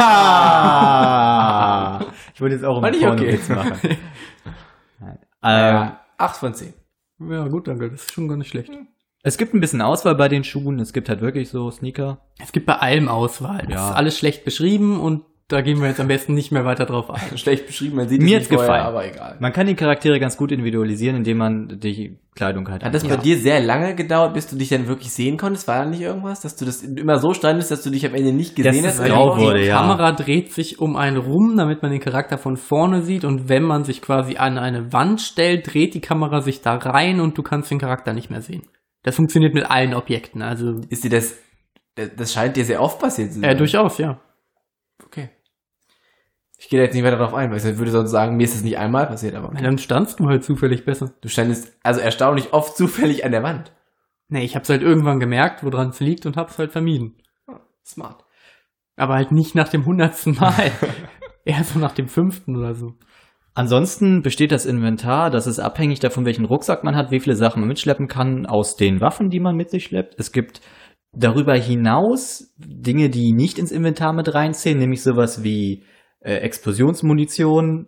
Speaker 2: Ich wollte jetzt auch
Speaker 4: Fand
Speaker 2: einen
Speaker 4: ich okay.
Speaker 2: Porno-Witz machen. Nein.
Speaker 4: Ja, 8 von 10.
Speaker 3: Ja, gut, danke. Das ist schon gar nicht schlecht.
Speaker 2: Es gibt ein bisschen Auswahl bei den Schuhen. Es gibt halt wirklich so Sneaker.
Speaker 3: Es gibt bei allem Auswahl. Das
Speaker 2: Ja.
Speaker 3: ist alles schlecht beschrieben und da gehen wir jetzt am besten nicht mehr weiter drauf ein.
Speaker 4: Schlecht beschrieben, man sieht
Speaker 2: Mir
Speaker 4: es
Speaker 2: hat's
Speaker 4: nicht vorher,
Speaker 2: gefallen.
Speaker 4: aber egal.
Speaker 2: Man kann die Charaktere ganz gut individualisieren, indem man die Kleidung halt
Speaker 4: Hat das bei
Speaker 2: anpasst.
Speaker 4: dir sehr lange gedauert, bis du dich dann wirklich sehen konntest? War da nicht irgendwas? Dass du das immer so standest, dass du dich am Ende nicht gesehen
Speaker 2: Das
Speaker 4: hast?
Speaker 2: ist grau wurde,
Speaker 3: Die
Speaker 2: ja.
Speaker 3: Kamera dreht sich um einen rum, damit man den Charakter von vorne sieht und wenn man sich quasi an eine Wand stellt, dreht die Kamera sich da rein und du kannst den Charakter nicht mehr sehen. Das funktioniert mit allen Objekten, also
Speaker 4: Ist dir das scheint dir sehr oft passiert zu sein.
Speaker 3: durchaus, ja.
Speaker 4: Okay. Ich gehe da jetzt nicht weiter drauf ein, weil ich würde sonst sagen, mir ist es nicht einmal passiert, aber okay.
Speaker 3: Dann standst du halt zufällig besser.
Speaker 4: Du standest also erstaunlich oft zufällig an der Wand.
Speaker 3: Nee, ich hab's halt irgendwann gemerkt, woran es liegt und hab's halt vermieden.
Speaker 4: Smart.
Speaker 3: Aber halt nicht nach dem 100. Mal. Eher so nach dem 5. oder so.
Speaker 2: Ansonsten besteht das Inventar, das ist abhängig davon, welchen Rucksack man hat, wie viele Sachen man mitschleppen kann, aus den Waffen, die man mit sich schleppt. Es gibt darüber hinaus Dinge, die nicht ins Inventar mit reinzählen, nämlich sowas wie Explosionsmunition,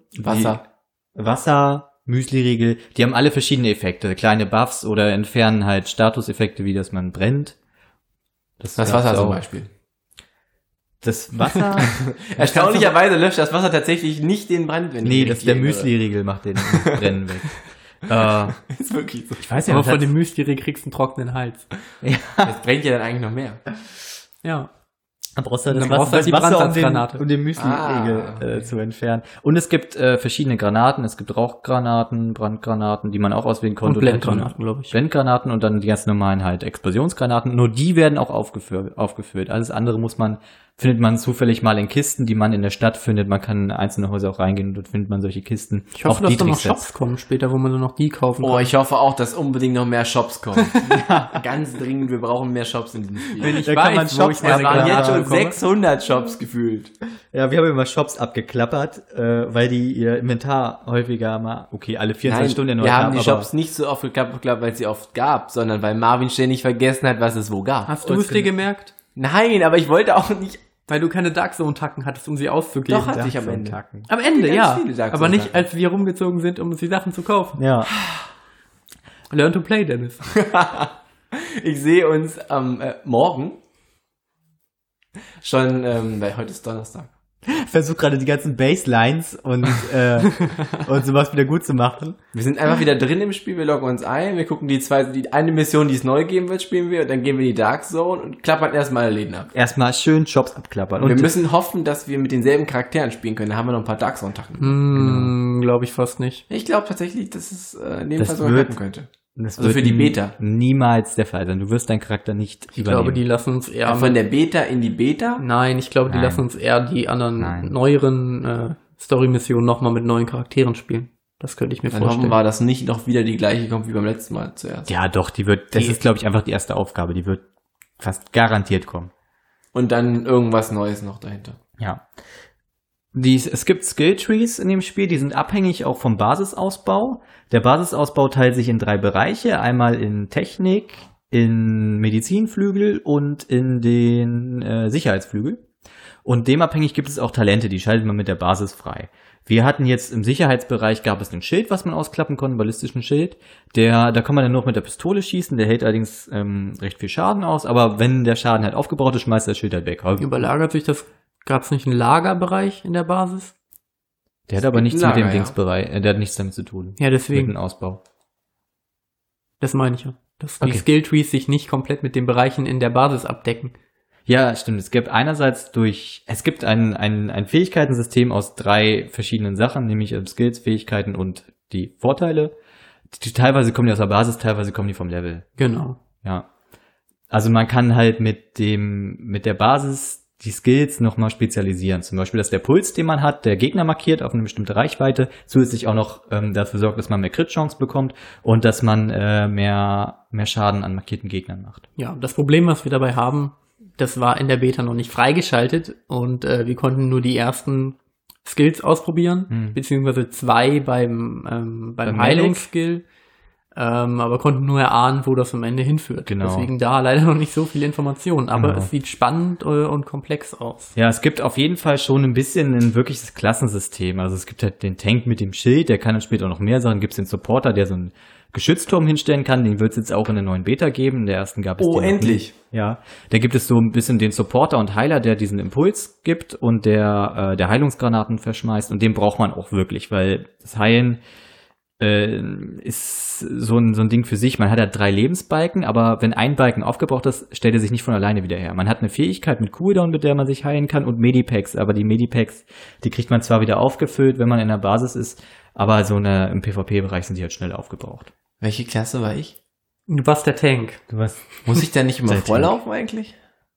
Speaker 2: Wasser, Müsliriegel. Die haben alle verschiedene Effekte, kleine Buffs oder entfernen halt Statuseffekte, wie dass man brennt.
Speaker 4: Das
Speaker 2: gab's
Speaker 4: Wasser zum
Speaker 2: auch.
Speaker 4: Beispiel.
Speaker 2: Das Wasser?
Speaker 4: Erstaunlicherweise löscht das Wasser tatsächlich nicht den Brand, wenn
Speaker 2: Nee,
Speaker 4: ich
Speaker 2: das
Speaker 4: mich
Speaker 2: der
Speaker 4: richtig
Speaker 2: Müsliriegel macht den Brennen weg.
Speaker 4: erinnere. Ist wirklich so.
Speaker 2: Ich weiß
Speaker 3: Aber
Speaker 2: was
Speaker 3: von
Speaker 2: hat-
Speaker 3: dem Müsli kriegst du einen trockenen Hals.
Speaker 4: Das brennt ja dann eigentlich noch mehr.
Speaker 3: Ja.
Speaker 2: Dann brauchst du
Speaker 3: Dann
Speaker 2: das
Speaker 3: brauchst du halt die
Speaker 2: Wasser,
Speaker 3: Brandsalzgranate.
Speaker 2: um den Müsli-Riegel
Speaker 4: okay.
Speaker 2: zu entfernen. Und es gibt verschiedene Granaten. Es gibt Rauchgranaten, Brandgranaten, die man auch auswählen konnte.
Speaker 3: Und Blendgranaten, glaube ich.
Speaker 2: Blendgranaten und dann die ganz normalen halt Explosionsgranaten. Nur die werden auch aufgeführt. Alles andere findet man zufällig mal in Kisten, die man in der Stadt findet. Man kann in einzelne Häuser auch reingehen und dort findet man solche Kisten.
Speaker 3: Ich hoffe,
Speaker 2: auch
Speaker 3: dass da noch
Speaker 2: Dietrich-Sets.
Speaker 3: Shops kommen später, wo man dann noch die kaufen kann.
Speaker 4: Oh, ich hoffe auch, dass unbedingt noch mehr Shops kommen. Ganz dringend, wir brauchen mehr Shops in diesem Spiel.
Speaker 3: Wenn ich
Speaker 2: Da kann man
Speaker 3: weiß, wo
Speaker 2: Shops
Speaker 3: ich meine
Speaker 4: Es waren
Speaker 2: Granate
Speaker 4: jetzt schon
Speaker 3: bekomme.
Speaker 4: 600 Shops gefühlt.
Speaker 2: Ja, wir haben immer Shops abgeklappert, weil die ihr Inventar häufiger mal, okay, alle 24 Stunden
Speaker 4: wir haben die Shops nicht so oft geklappt, weil es sie oft gab, sondern weil Marvin ständig vergessen hat, was es wo gab.
Speaker 3: Hast du es dir gemerkt?
Speaker 4: Nein, aber ich wollte auch nicht.
Speaker 3: Weil du keine Dark Zone-Tacken hattest, um sie auszugeben.
Speaker 4: Doch, hatte ich am Ende.
Speaker 3: Am Ende,
Speaker 4: Ganz
Speaker 3: ja.
Speaker 4: viele Dark
Speaker 3: Aber nicht,
Speaker 4: Zone-Tacken.
Speaker 3: als wir rumgezogen sind, um uns die Sachen zu kaufen.
Speaker 2: Ja.
Speaker 3: Learn to play, Dennis.
Speaker 4: Ich sehe uns am Morgen schon, weil heute ist Donnerstag.
Speaker 2: versuche gerade die ganzen Baselines und sowas wieder gut zu machen.
Speaker 4: Wir sind einfach wieder drin im Spiel, wir loggen uns ein, wir gucken die eine Mission, die es neu geben wird, spielen wir und dann gehen wir in die Dark Zone und klappern erstmal alle Läden ab.
Speaker 2: Erstmal schön Shops abklappern.
Speaker 4: Und wir müssen hoffen, dass wir mit denselben Charakteren spielen können. Da haben wir noch ein paar Dark Zone-Tacken.
Speaker 3: Glaube ich fast nicht.
Speaker 4: Ich glaube tatsächlich, dass es in dem
Speaker 2: Das
Speaker 4: Fall sogar
Speaker 2: wird-
Speaker 4: klappen könnte.
Speaker 2: Das
Speaker 4: Also
Speaker 2: wird
Speaker 4: für die Beta.
Speaker 2: niemals der Fall sein. Du wirst deinen Charakter nicht
Speaker 3: Ich glaube,
Speaker 2: übernehmen.
Speaker 3: die lassen uns eher
Speaker 4: Von der Beta in die Beta?
Speaker 3: Nein, ich glaube, die
Speaker 2: Nein.
Speaker 3: lassen uns eher die anderen
Speaker 2: Nein.
Speaker 3: neueren Story-Missionen nochmal mit neuen Charakteren spielen. Das könnte ich mir
Speaker 4: Dann hoffen
Speaker 3: vorstellen.
Speaker 4: wir, dass nicht noch wieder die gleiche kommt wie beim letzten Mal zuerst.
Speaker 2: Ja, doch, das ist, glaube ich, einfach die erste Aufgabe. Die wird fast garantiert kommen.
Speaker 4: Und dann irgendwas Neues noch dahinter.
Speaker 2: Ja. Es gibt Skilltrees in dem Spiel, die sind abhängig auch vom Basisausbau. Der Basisausbau teilt sich in 3 Bereiche. Einmal in Technik, in Medizinflügel und in den Sicherheitsflügel. Und demabhängig gibt es auch Talente, die schaltet man mit der Basis frei. Wir hatten jetzt im Sicherheitsbereich, gab es ein Schild, was man ausklappen konnte, einen ballistischen Schild. Da kann man dann nur mit der Pistole schießen, der hält allerdings recht viel Schaden aus, aber wenn der Schaden halt aufgebraucht ist, schmeißt das Schild halt weg.
Speaker 3: Überlagert sich das, gab es nicht einen Lagerbereich in der Basis?
Speaker 2: Der hat aber
Speaker 4: gibt
Speaker 2: nichts
Speaker 4: ein
Speaker 2: mit dem
Speaker 4: Lager, ja.
Speaker 2: Dingsbereich, der hat nichts damit zu tun.
Speaker 3: Ja,
Speaker 2: Mit
Speaker 3: deswegen.
Speaker 2: dem Ausbau.
Speaker 3: Das meine ich ja. Dass die
Speaker 2: Okay.
Speaker 3: Skilltrees sich nicht komplett mit den Bereichen in der Basis abdecken.
Speaker 2: Ja, stimmt. Es gibt einerseits ein Fähigkeitensystem aus 3 verschiedenen Sachen, nämlich Skills, Fähigkeiten und die Vorteile. Teilweise kommen die aus der Basis, teilweise kommen die vom Level.
Speaker 3: Genau.
Speaker 2: Ja. Also man kann halt mit der Basis die Skills nochmal spezialisieren. Zum Beispiel, dass der Puls, den man hat, der Gegner markiert auf eine bestimmte Reichweite, zusätzlich auch noch dafür sorgt, dass man mehr Crit-Chance bekommt und dass man mehr Schaden an markierten Gegnern macht.
Speaker 3: Ja, das Problem, was wir dabei haben, das war in der Beta noch nicht freigeschaltet und wir konnten nur die ersten Skills ausprobieren, beziehungsweise 2 beim Heilungsskill, aber konnten nur erahnen, wo das am Ende hinführt.
Speaker 2: Genau.
Speaker 3: Deswegen da leider noch nicht so viel Informationen, aber
Speaker 2: Genau.
Speaker 3: es sieht spannend und komplex aus.
Speaker 2: Ja, es gibt auf jeden Fall schon ein bisschen ein wirkliches Klassensystem. Also es gibt halt den Tank mit dem Schild, der kann dann später auch noch mehr Sachen. Gibt es den Supporter, der so einen Geschützturm hinstellen kann. Den wird es jetzt auch in der neuen Beta geben. In der ersten gab es den noch
Speaker 4: endlich.
Speaker 2: nicht. Ja, da gibt es so ein bisschen den Supporter und Heiler, der diesen Impuls gibt und der Heilungsgranaten verschmeißt. Und den braucht man auch wirklich, weil das Heilen ist so ein Ding für sich. Man hat ja 3 Lebensbalken, aber wenn ein Balken aufgebraucht ist, stellt er sich nicht von alleine wieder her. Man hat eine Fähigkeit mit Cooldown, mit der man sich heilen kann und Medipacks, aber die Medipacks, die kriegt man zwar wieder aufgefüllt, wenn man in der Basis ist, aber im PvP-Bereich sind die halt schnell aufgebraucht.
Speaker 4: Welche Klasse war ich?
Speaker 3: Du warst der Tank.
Speaker 2: Du warst
Speaker 4: Muss ich da nicht immer
Speaker 2: Seit
Speaker 4: vorlaufen eigentlich?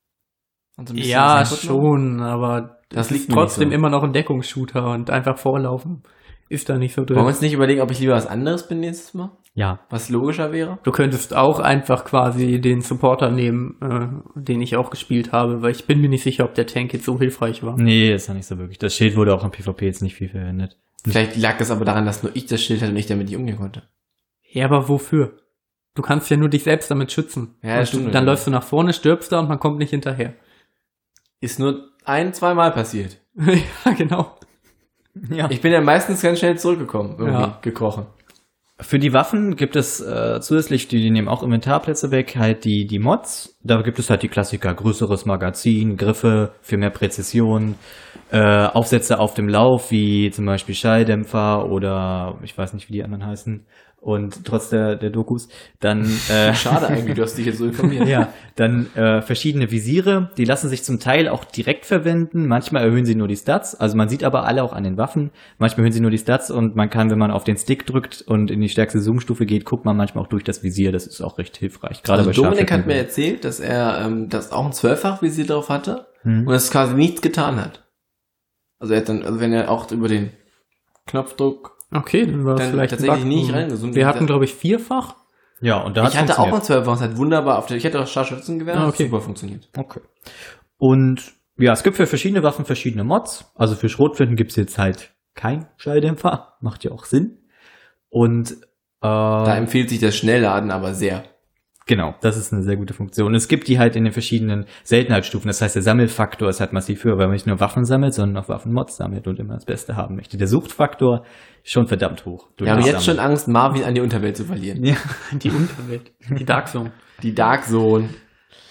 Speaker 4: Und so ein bisschen
Speaker 3: Ja,
Speaker 4: das kaputt machen?
Speaker 3: schon, aber
Speaker 4: Das
Speaker 3: es
Speaker 4: liegt
Speaker 3: ist
Speaker 4: mir nicht
Speaker 3: trotzdem
Speaker 4: so.
Speaker 3: immer noch ein Deckungsshooter und einfach vorlaufen ist da nicht so drin.
Speaker 4: Wollen wir uns nicht überlegen, ob ich lieber was anderes bin nächstes Mal?
Speaker 2: ja.
Speaker 4: Was logischer wäre?
Speaker 3: Du könntest auch einfach quasi den Supporter nehmen, den ich auch gespielt habe, weil ich bin mir nicht sicher, ob der Tank jetzt so hilfreich war.
Speaker 2: Nee, ist ja nicht so wirklich. Das Schild wurde auch im PvP jetzt nicht viel verwendet.
Speaker 4: Vielleicht lag es aber daran, dass nur ich das Schild hatte und ich damit nicht umgehen konnte.
Speaker 3: Ja, aber wofür? Du kannst ja nur dich selbst damit schützen.
Speaker 4: Ja, das
Speaker 3: und
Speaker 4: stimmt.
Speaker 3: dann läufst du nach vorne, stirbst da und man kommt nicht hinterher.
Speaker 4: Ist nur 1-2 Mal passiert.
Speaker 3: Ja, genau.
Speaker 2: Ja.
Speaker 4: Ich bin ja meistens ganz schnell zurückgekommen, irgendwie
Speaker 3: Ja.
Speaker 4: gekrochen.
Speaker 2: Für die Waffen gibt es zusätzlich, die nehmen auch Inventarplätze weg, halt die Mods. Da gibt es halt die Klassiker, größeres Magazin, Griffe für mehr Präzision, Aufsätze auf dem Lauf, wie zum Beispiel Schalldämpfer oder ich weiß nicht, wie die anderen heißen. Und trotz der Dokus, dann
Speaker 4: Schade eigentlich, du hast dich jetzt so informiert.
Speaker 2: ja, dann verschiedene Visiere, die lassen sich zum Teil auch direkt verwenden. Manchmal erhöhen sie nur die Stats, also man sieht aber alle auch an den Waffen. Manchmal erhöhen sie nur die Stats und man kann, wenn man auf den Stick drückt und in die stärkste Zoom-Stufe geht, guckt man manchmal auch durch das Visier. Das ist auch recht hilfreich. Gerade
Speaker 4: Also
Speaker 2: bei
Speaker 4: Dominik hat mir
Speaker 2: Scharfschützen.
Speaker 4: erzählt, dass er das auch ein 12-fach-Visier drauf hatte
Speaker 2: Hm.
Speaker 4: und es quasi nichts getan hat. Also er hat dann, also wenn er auch über den Knopfdruck,
Speaker 3: Okay, dann war es
Speaker 4: dann
Speaker 3: vielleicht
Speaker 4: tatsächlich
Speaker 3: ein Bug.
Speaker 4: nicht reingezoomt.
Speaker 3: Wir hatten, glaube ich, 4-fach.
Speaker 2: Ja, und da
Speaker 4: ich hatte auch ein
Speaker 2: funktioniert.
Speaker 4: 12-fach, es hat wunderbar ich hatte auch Scharfschützengewehr,
Speaker 3: Ah,
Speaker 4: hat
Speaker 3: okay.
Speaker 4: super funktioniert.
Speaker 2: Okay. Und ja, es gibt für verschiedene Waffen verschiedene Mods. Also für Schrotflinten gibt's jetzt halt kein Schalldämpfer. Macht ja auch Sinn. Und
Speaker 4: Da empfiehlt sich das Schnellladen aber sehr.
Speaker 2: genau, das ist eine sehr gute Funktion. Es gibt die halt in den verschiedenen Seltenheitsstufen. Das heißt, der Sammelfaktor ist halt massiv höher, weil man nicht nur Waffen sammelt, sondern auch Waffenmods sammelt und immer das Beste haben möchte. Der Suchtfaktor ist schon verdammt hoch.
Speaker 4: Wir haben jetzt schon Angst, Marvin an die Unterwelt zu verlieren.
Speaker 2: Ja.
Speaker 3: Die Unterwelt. Die Dark Zone.
Speaker 4: Die Dark Zone.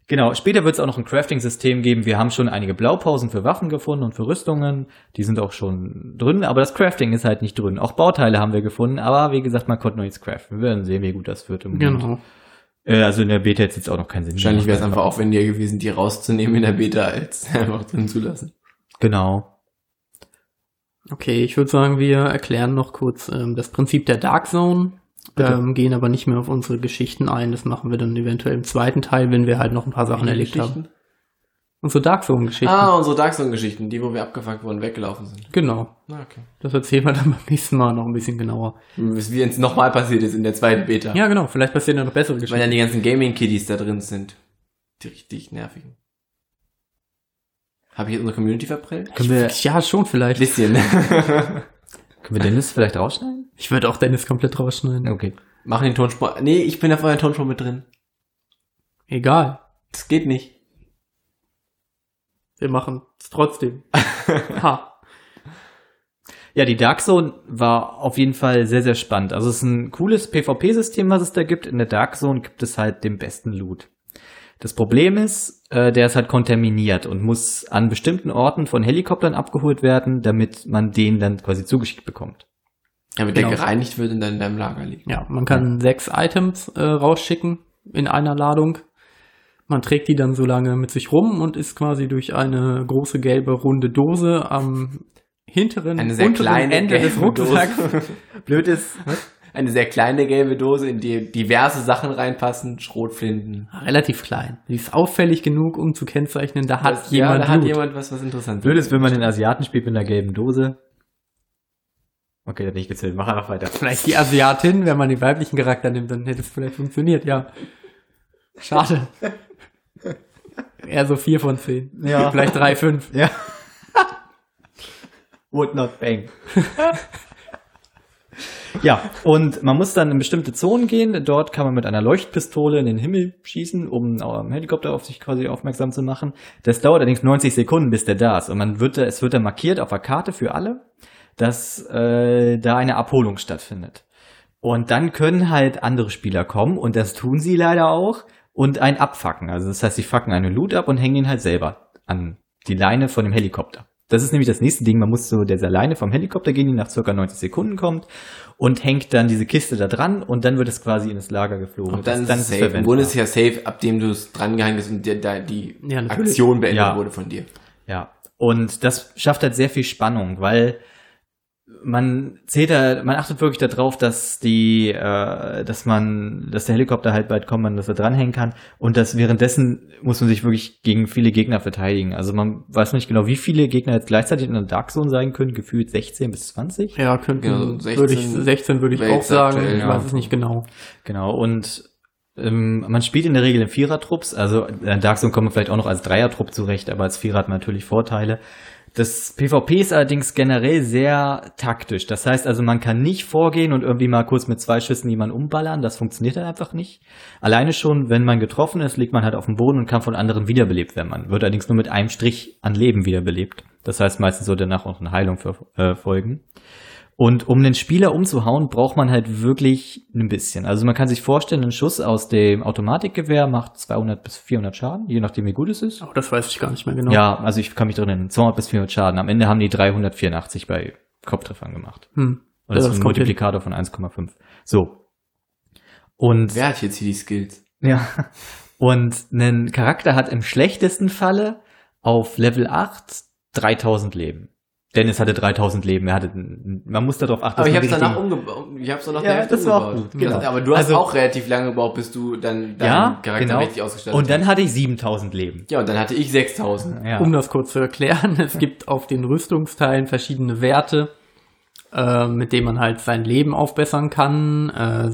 Speaker 2: Genau, später wird es auch noch ein Crafting-System geben. Wir haben schon einige Blaupausen für Waffen gefunden und für Rüstungen. Die sind auch schon drin, aber das Crafting ist halt nicht drin. Auch Bauteile haben wir gefunden, aber wie gesagt, man konnte noch nichts craften. Wir werden sehen, wie gut das wird im Moment. Also in der Beta jetzt auch noch keinen Sinn.
Speaker 4: Wahrscheinlich wäre es einfach aufwendiger gewesen, die rauszunehmen in der Beta, als einfach drin zu lassen.
Speaker 2: Genau.
Speaker 3: Okay, ich würde sagen, wir erklären noch kurz das Prinzip der Dark Zone. Gehen aber nicht mehr auf unsere Geschichten ein. Das machen wir dann eventuell im zweiten Teil, wenn wir halt noch ein paar Sachen erlebt haben. Unsere Dark Zone-Geschichten.
Speaker 4: Ah, unsere Dark Zone-Geschichten, die, wo wir abgefuckt wurden, weggelaufen sind.
Speaker 3: Genau.
Speaker 4: Okay.
Speaker 3: Das erzählen wir dann beim nächsten Mal noch ein bisschen genauer.
Speaker 4: Wie es nochmal passiert ist in der zweiten Beta.
Speaker 3: Ja, genau. Vielleicht passieren dann noch bessere
Speaker 4: Weil
Speaker 3: Geschichten.
Speaker 4: dann die ganzen Gaming-Kiddies da drin sind. Die richtig nervigen. Habe ich jetzt unsere Community verprellt?
Speaker 3: Ja, schon vielleicht.
Speaker 4: Bisschen.
Speaker 2: Können wir Dennis vielleicht rausschneiden?
Speaker 3: Ich würde auch Dennis komplett rausschneiden.
Speaker 2: Okay.
Speaker 4: Machen den Tonspur. Nee, ich bin auf euren Tonspur mit drin.
Speaker 3: Egal.
Speaker 4: Das geht nicht.
Speaker 3: Wir machen es trotzdem. Ha.
Speaker 2: Ja, die Dark Zone war auf jeden Fall sehr, sehr spannend. Also es ist ein cooles PvP-System, was es da gibt. In der Dark Zone gibt es halt den besten Loot. Das Problem ist, der ist halt kontaminiert und muss an bestimmten Orten von Helikoptern abgeholt werden, damit man den dann quasi zugeschickt bekommt.
Speaker 4: Damit der gereinigt wird und dann in deinem Lager liegt.
Speaker 3: Ja, man kann 6 Items rausschicken in einer Ladung. Man trägt die dann so lange mit sich rum und ist quasi durch eine große gelbe runde Dose am hinteren, unteren Ende des Rucksacks.
Speaker 2: Blöd ist.
Speaker 4: Eine sehr kleine gelbe Dose, in die diverse Sachen reinpassen, Schrotflinten.
Speaker 3: Relativ klein. Die ist auffällig genug, um zu kennzeichnen, da hat jemand
Speaker 4: da hat
Speaker 3: Blut.
Speaker 4: jemand was interessant.
Speaker 2: Blöd ist, wenn man den Asiaten spielt mit einer gelben Dose. Okay, das hat nicht gezählt. Mach einfach weiter.
Speaker 3: Vielleicht die Asiatin, wenn man den weiblichen Charakter nimmt, dann hätte es vielleicht funktioniert, ja. Schade. Eher so 4 von 10.
Speaker 2: Ja.
Speaker 3: Vielleicht 3, 5.
Speaker 2: Ja. Would not bang. Ja, und man muss dann in bestimmte Zonen gehen. Dort kann man mit einer Leuchtpistole in den Himmel schießen, um einen Helikopter auf sich quasi aufmerksam zu machen. Das dauert allerdings 90 Sekunden, bis der da ist. Und es wird dann markiert auf der Karte für alle, dass da eine Abholung stattfindet. Und dann können halt andere Spieler kommen, und das tun sie leider auch, und einen abfacken. Also das heißt, sie facken einen Loot ab und hängen ihn halt selber an die Leine von dem Helikopter. Das ist nämlich das nächste Ding. Man muss zu dieser Leine vom Helikopter gehen, die nach circa 90 Sekunden kommt, und hängt dann diese Kiste da dran, und dann wird es quasi in das Lager geflogen.
Speaker 4: Und dann ist es safe. Im Grunde ist es ja safe, ab dem du es dran gehängt hast und die Aktion beendet wurde von dir.
Speaker 2: Ja. Und das schafft halt sehr viel Spannung, weil man achtet wirklich darauf, dass der Helikopter halt bald kommt, dass er dranhängen kann, und dass währenddessen muss man sich wirklich gegen viele Gegner verteidigen. Also man weiß nicht genau, wie viele Gegner jetzt gleichzeitig in der Dark Zone sein können, gefühlt 16 bis 20.
Speaker 3: Ja, könnten, 16 würde ich auch sagen, aktuell, ich weiß es nicht genau.
Speaker 2: Genau, und man spielt in der Regel in Vierertrupps, also in der Dark Zone kommt man vielleicht auch noch als Dreiertrupp zurecht, aber als Vierer hat man natürlich Vorteile. Das PvP ist allerdings generell sehr taktisch. Das heißt also, man kann nicht vorgehen und irgendwie mal kurz mit 2 Schüssen jemanden umballern. Das funktioniert dann einfach nicht. Alleine schon, wenn man getroffen ist, liegt man halt auf dem Boden und kann von anderen wiederbelebt werden. Man wird allerdings nur mit einem Strich an Leben wiederbelebt. Das heißt, meistens soll danach auch eine Heilung folgen. Und um den Spieler umzuhauen, braucht man halt wirklich ein bisschen. Also man kann sich vorstellen, ein Schuss aus dem Automatikgewehr macht 200 bis 400 Schaden, je nachdem wie gut es ist.
Speaker 3: Oh, das weiß ich gar nicht mehr genau.
Speaker 2: Ja, also ich kann mich drin erinnern, 200 bis 400 Schaden. Am Ende haben die 384 bei Kopftreffern gemacht. Und das ist ein Multiplikator von 1,5. So. Und
Speaker 4: wer hat jetzt hier die Skills?
Speaker 2: Ja. Und ein Charakter hat im schlechtesten Falle auf Level 8 3000 Leben. Dennis hatte 3000 Leben, man muss darauf achten.
Speaker 4: Aber ich hab's danach umgebaut. Ich hab's noch der Hälfte umgebaut. War auch gut, genau. Aber du hast auch relativ lange gebraucht, bis du dann deinen Charakter richtig ausgestattet hast.
Speaker 2: Und dann hatte ich 7000 Leben.
Speaker 4: Ja, und dann hatte ich 6000.
Speaker 3: Ja. Um das kurz zu erklären, es gibt auf den Rüstungsteilen verschiedene Werte, mit denen man halt sein Leben aufbessern kann,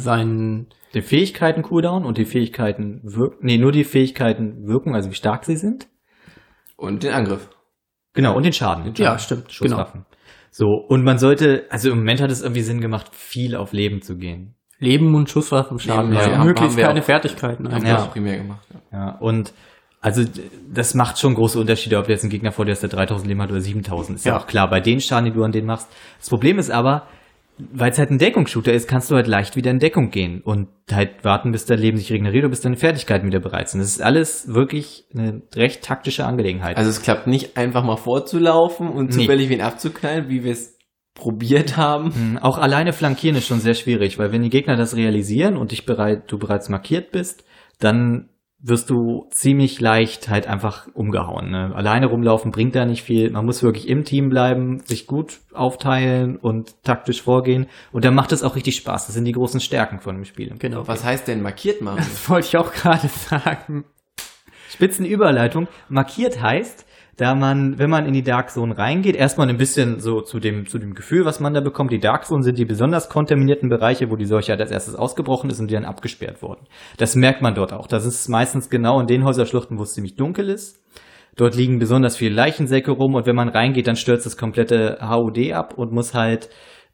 Speaker 2: die Fähigkeiten Cooldown und die Fähigkeiten nur die Fähigkeiten wirken, also wie stark sie sind.
Speaker 4: Und den Angriff.
Speaker 2: Genau, und den Schaden.
Speaker 3: Ja, stimmt.
Speaker 2: Schusswaffen. Genau. So, und man sollte, also im Moment hat es irgendwie Sinn gemacht, viel auf Leben zu gehen.
Speaker 3: Leben und Schusswaffenschaden.
Speaker 2: Ja,
Speaker 3: möglichst keine Fertigkeiten.
Speaker 4: Haben wir auch primär gemacht.
Speaker 2: Ja, und also das macht schon große Unterschiede, ob du jetzt einen Gegner vor dir hast, der 3000 Leben hat oder 7000. Ist ja auch klar, bei den Schaden, die du an denen machst. Das Problem ist aber, weil es halt ein Deckungsshooter ist, kannst du halt leicht wieder in Deckung gehen und halt warten, bis dein Leben sich regeneriert oder bis deine Fertigkeiten wieder bereit sind. Das ist alles wirklich eine recht taktische Angelegenheit.
Speaker 4: Also es klappt nicht einfach mal vorzulaufen und zufällig wen abzuknallen, wie wir es probiert haben.
Speaker 2: Auch alleine flankieren ist schon sehr schwierig, weil wenn die Gegner das realisieren und du bereits markiert bist, dann wirst du ziemlich leicht halt einfach umgehauen. Ne? Alleine rumlaufen bringt da nicht viel. Man muss wirklich im Team bleiben, sich gut aufteilen und taktisch vorgehen. Und dann macht es auch richtig Spaß. Das sind die großen Stärken von dem Spiel.
Speaker 3: Genau.
Speaker 4: Was heißt denn markiert machen?
Speaker 3: Das wollte ich auch gerade sagen.
Speaker 2: Spitzenüberleitung. Markiert heißt, wenn man in die Dark Zone reingeht, erstmal ein bisschen so zu dem Gefühl, was man da bekommt. Die Dark Zone sind die besonders kontaminierten Bereiche, wo die Seuche halt als erstes ausgebrochen ist und die dann abgesperrt wurden. Das merkt man dort auch. Das ist meistens genau in den Häuserschluchten, wo es ziemlich dunkel ist. Dort liegen besonders viele Leichensäcke rum und wenn man reingeht, dann stürzt das komplette HUD ab und muss halt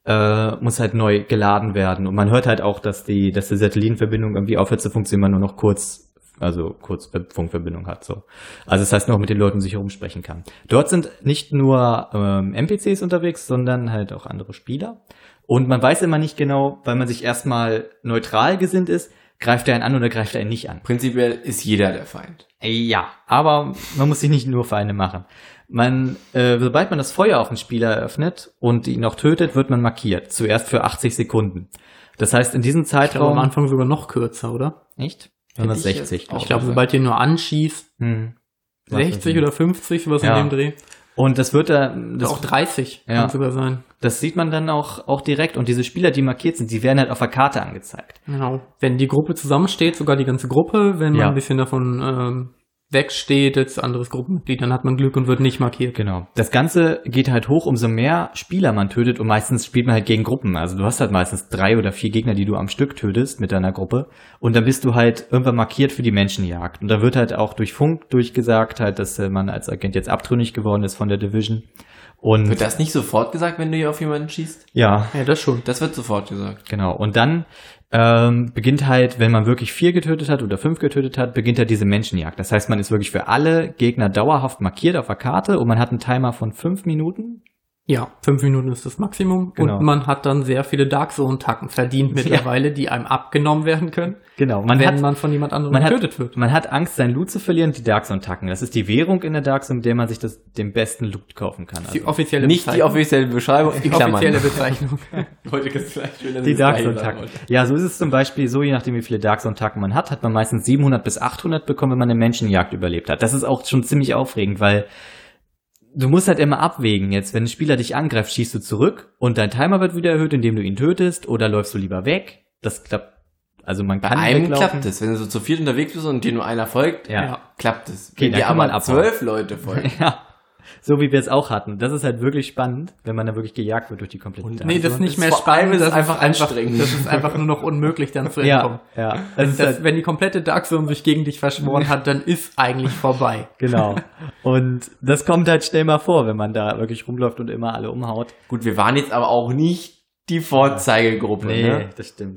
Speaker 2: neu geladen werden. Und man hört halt auch, dass die Satellitenverbindung irgendwie aufhört zu funktionieren, man nur noch kurz Funkverbindung hat. So. Also das heißt, noch mit den Leuten sich herumsprechen kann. Dort sind nicht nur NPCs unterwegs, sondern halt auch andere Spieler. Und man weiß immer nicht genau, weil man sich erstmal neutral gesinnt ist, greift er einen an oder greift er ihn nicht an.
Speaker 4: Prinzipiell ist jeder der Feind.
Speaker 2: Ja, aber man muss sich nicht nur Feinde machen. Sobald man das Feuer auf den Spieler eröffnet und ihn auch tötet, wird man markiert. Zuerst für 80 Sekunden. Das heißt, in diesem Zeitraum...
Speaker 3: Ich glaube, am Anfang sogar noch kürzer, oder?
Speaker 2: Echt? 160.
Speaker 3: Ich glaube, sobald ihr nur anschießt, 60 oder 50, sowas in dem Dreh.
Speaker 2: Und das wird da...
Speaker 3: Auch 30 kann sogar sein.
Speaker 2: Das sieht man dann auch direkt. Und diese Spieler, die markiert sind, die werden halt auf der Karte angezeigt.
Speaker 3: Genau. Wenn die Gruppe zusammensteht, sogar die ganze Gruppe, wenn man ein bisschen davon wegsteht, als anderes Gruppenmitglied, dann hat man Glück und wird nicht markiert.
Speaker 2: Genau. Das Ganze geht halt hoch, umso mehr Spieler man tötet und meistens spielt man halt gegen Gruppen. Also du hast halt meistens 3 oder 4 Gegner, die du am Stück tötest mit deiner Gruppe und dann bist du halt irgendwann markiert für die Menschenjagd. Und da wird halt auch durch Funk durchgesagt halt, dass man als Agent jetzt abtrünnig geworden ist von der Division. Und
Speaker 4: wird das nicht sofort gesagt, wenn du hier auf jemanden schießt?
Speaker 2: Ja.
Speaker 3: Ja, das schon.
Speaker 4: Das wird sofort gesagt.
Speaker 2: Genau. Und dann beginnt halt, wenn man wirklich 4 getötet hat oder 5 getötet hat, beginnt halt diese Menschenjagd. Das heißt, man ist wirklich für alle Gegner dauerhaft markiert auf der Karte und man hat einen Timer von 5 Minuten.
Speaker 3: Ja, 5 Minuten ist das Maximum.
Speaker 2: Genau.
Speaker 3: Und man hat dann sehr viele Dark Zone-Tacken verdient mittlerweile, die einem abgenommen werden können.
Speaker 2: Genau.
Speaker 3: Wenn man von jemand anderem getötet wird.
Speaker 2: Man hat Angst, sein Loot zu verlieren, die Dark Zone-Tacken. Das ist die währung in der Dark Zone, mit der man sich den besten Loot kaufen kann.
Speaker 3: Die offizielle
Speaker 4: nicht die offizielle Beschreibung,
Speaker 3: die offizielle Bezeichnung.
Speaker 2: Die Dark Zone-Tacken. Ja, so ist es zum Beispiel so, je nachdem wie viele Dark Zone-Tacken man hat man meistens 700 bis 800 bekommen, wenn man eine Menschenjagd überlebt hat. Das ist auch schon ziemlich aufregend, weil du musst halt immer abwägen. Jetzt, wenn ein Spieler dich angreift, schießt du zurück und dein Timer wird wieder erhöht, indem du ihn tötest, oder läufst du lieber weg. Das klappt. Also man kann
Speaker 4: bei einem
Speaker 2: weglaufen.
Speaker 4: klappt es. Wenn du so zu viert unterwegs bist und dir nur einer folgt, klappt es.
Speaker 2: Okay,
Speaker 4: wenn dir aber 12 Leute folgen.
Speaker 2: Ja. So wie wir es auch hatten. Das ist halt wirklich spannend, wenn man da wirklich gejagt wird durch die komplette Dark Zone.
Speaker 3: Nee, das ist nicht mehr spannend, das ist einfach anstrengend. Das ist einfach nur noch unmöglich, dann zu entkommen.
Speaker 2: Ja.
Speaker 3: Wenn die komplette Dark Zone sich gegen dich verschworen hat, dann ist eigentlich vorbei.
Speaker 2: Genau. Und das kommt halt schnell mal vor, wenn man da wirklich rumläuft und immer alle umhaut.
Speaker 4: Gut, wir waren jetzt aber auch nicht die Vorzeigegruppe.
Speaker 2: Nee,
Speaker 4: ne?
Speaker 2: Das stimmt.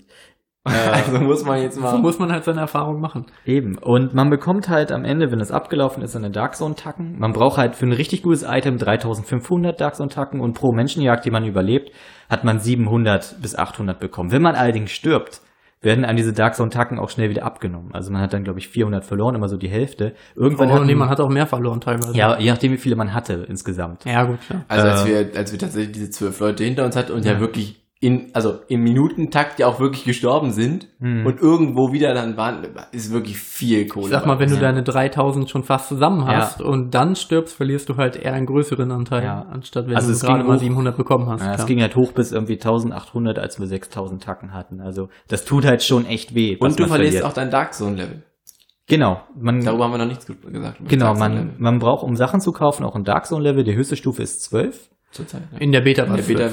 Speaker 4: Also muss man jetzt mal...
Speaker 3: So muss man halt seine Erfahrung machen.
Speaker 2: Eben. Und man bekommt halt am Ende, wenn es abgelaufen ist, eine Dark Zone-Tacken. Man braucht halt für ein richtig gutes Item 3500 Dark Zone-Tacken und pro Menschenjagd, die man überlebt, hat man 700 bis 800 bekommen. Wenn man allerdings stirbt, werden einem diese Dark Zone-Tacken auch schnell wieder abgenommen. Also man hat dann, glaube ich, 400 verloren, immer so die Hälfte. Irgendwann
Speaker 3: man hat auch mehr verloren teilweise.
Speaker 2: Ja, je nachdem, wie viele man hatte insgesamt.
Speaker 3: Ja, gut, klar.
Speaker 4: Also als wir tatsächlich diese 12 Leute hinter uns hatten und ja wirklich im Minutentakt ja auch wirklich gestorben sind und irgendwo wieder dann waren, ist wirklich viel Kohle.
Speaker 3: Ich sag mal, wenn du deine 3000 schon fast zusammen hast und dann stirbst, verlierst du halt eher einen größeren Anteil, anstatt wenn du gerade mal 700 bekommen hast.
Speaker 2: Ja, es ging halt hoch bis irgendwie 1800, als wir 6000 Tacken hatten. Also das tut halt schon echt weh.
Speaker 4: Und du verlierst auch dein Dark Zone Level.
Speaker 2: Genau.
Speaker 4: Darüber haben wir noch nichts gesagt.
Speaker 2: Genau, man braucht, um Sachen zu kaufen, auch ein Dark Zone Level. Die höchste Stufe ist 12.
Speaker 4: Zurzeit. Ja.
Speaker 3: In der Beta-Version.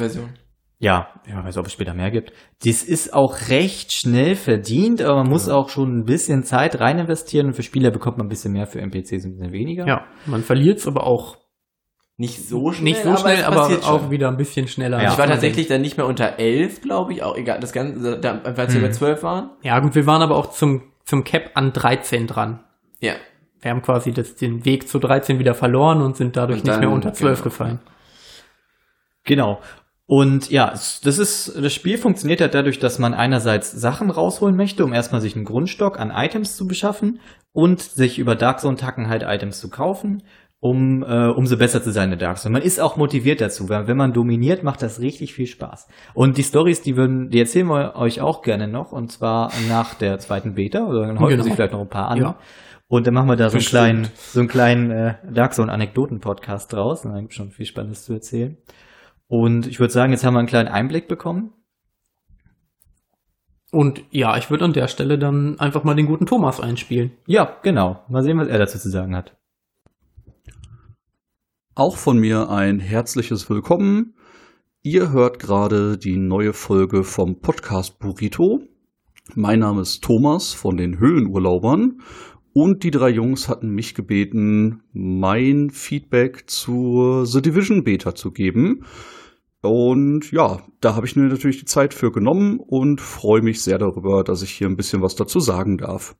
Speaker 2: Ja, weiß, ob es später mehr gibt. Dies ist auch recht schnell verdient, aber man muss auch schon ein bisschen Zeit rein investieren und für Spieler bekommt man ein bisschen mehr, für NPCs ein bisschen weniger.
Speaker 3: Ja, man verliert es aber auch
Speaker 4: nicht so schnell,
Speaker 3: aber auch wieder ein bisschen schneller.
Speaker 4: Ja. Ich war tatsächlich dann nicht mehr unter 11, glaube ich, auch egal, das Ganze, als wir über 12 waren.
Speaker 3: Ja gut, wir waren aber auch zum Cap an 13 dran.
Speaker 4: Ja.
Speaker 3: Wir haben quasi den Weg zu 13 wieder verloren und sind dadurch nicht mehr unter 12 gefallen.
Speaker 2: Genau. Und ja, das Spiel funktioniert halt dadurch, dass man einerseits Sachen rausholen möchte, um erstmal sich einen Grundstock an Items zu beschaffen und sich über Dark Zone-Tacken halt Items zu kaufen, umso besser zu sein in Dark Zone. Man ist auch motiviert dazu, weil wenn man dominiert, macht das richtig viel Spaß. Und die Stories, die erzählen wir euch auch gerne noch, und zwar nach der zweiten Beta, oder dann häufen sich vielleicht noch ein paar an. Ja. Und dann machen wir da so einen kleinen Dark Zone-Anekdoten-Podcast draus. Da gibt es schon viel Spannendes zu erzählen. Und ich würde sagen, jetzt haben wir einen kleinen Einblick bekommen.
Speaker 3: Und ja, ich würde an der Stelle dann einfach mal den guten Thomas einspielen.
Speaker 2: Ja, genau. Mal sehen, was er dazu zu sagen hat.
Speaker 1: Auch von mir ein herzliches Willkommen. Ihr hört gerade die neue Folge vom Podcast Burrito. Mein Name ist Thomas von den Höhlenurlaubern. Und die 3 Jungs hatten mich gebeten, mein Feedback zur The Division Beta zu geben. Und ja, da habe ich mir natürlich die Zeit für genommen und freue mich sehr darüber, dass ich hier ein bisschen was dazu sagen darf.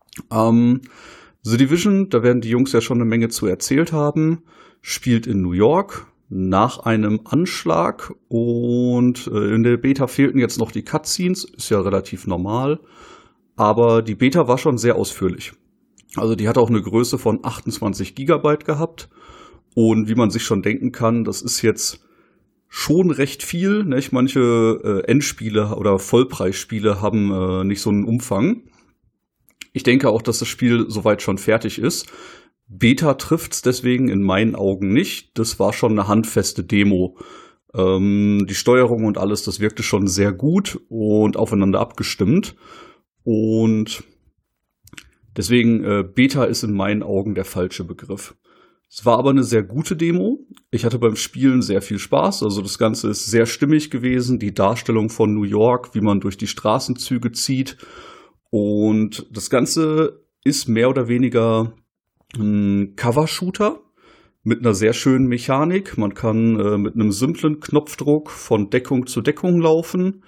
Speaker 1: The Division, da werden die Jungs ja schon eine Menge zu erzählt haben, spielt in New York nach einem Anschlag und in der Beta fehlten jetzt noch die Cutscenes, ist ja relativ normal, aber die Beta war schon sehr ausführlich. Also die hat auch eine Größe von 28 Gigabyte gehabt. Und wie man sich schon denken kann, das ist jetzt schon recht viel. Nicht? Manche Endspiele oder Vollpreisspiele haben nicht so einen Umfang. Ich denke auch, dass das Spiel soweit schon fertig ist. Beta trifft's deswegen in meinen Augen nicht. Das war schon eine handfeste Demo. Die Steuerung und alles, das wirkte schon sehr gut und aufeinander abgestimmt. Und deswegen, Beta ist in meinen Augen der falsche Begriff. Es war aber eine sehr gute Demo. Ich hatte beim Spielen sehr viel Spaß. Also das Ganze ist sehr stimmig gewesen. Die Darstellung von New York, wie man durch die Straßenzüge zieht. Und das Ganze ist mehr oder weniger ein Cover-Shooter mit einer sehr schönen Mechanik. Man kann mit einem simplen Knopfdruck von Deckung zu Deckung laufen.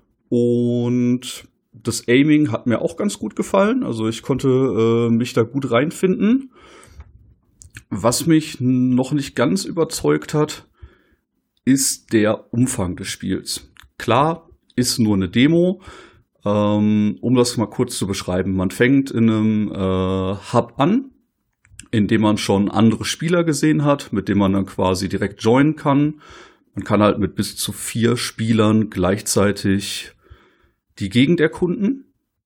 Speaker 1: Und das Aiming hat mir auch ganz gut gefallen. Also ich konnte mich da gut reinfinden. Was mich noch nicht ganz überzeugt hat, ist der Umfang des Spiels. Klar, ist nur eine Demo. Um das mal kurz zu beschreiben. Man fängt in einem Hub an, in dem man schon andere Spieler gesehen hat, mit dem man dann quasi direkt joinen kann. Man kann halt mit bis zu 4 Spielern gleichzeitig die Gegend erkunden.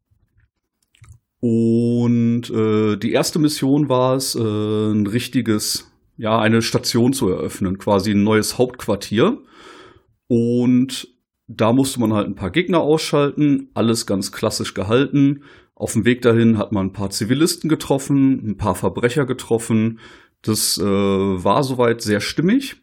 Speaker 1: Und die erste Mission war es, eine Station zu eröffnen, quasi ein neues Hauptquartier. Und da musste man halt ein paar Gegner ausschalten, alles ganz klassisch gehalten. Auf dem Weg dahin hat man ein paar Zivilisten getroffen, ein paar Verbrecher getroffen. Das war soweit sehr stimmig.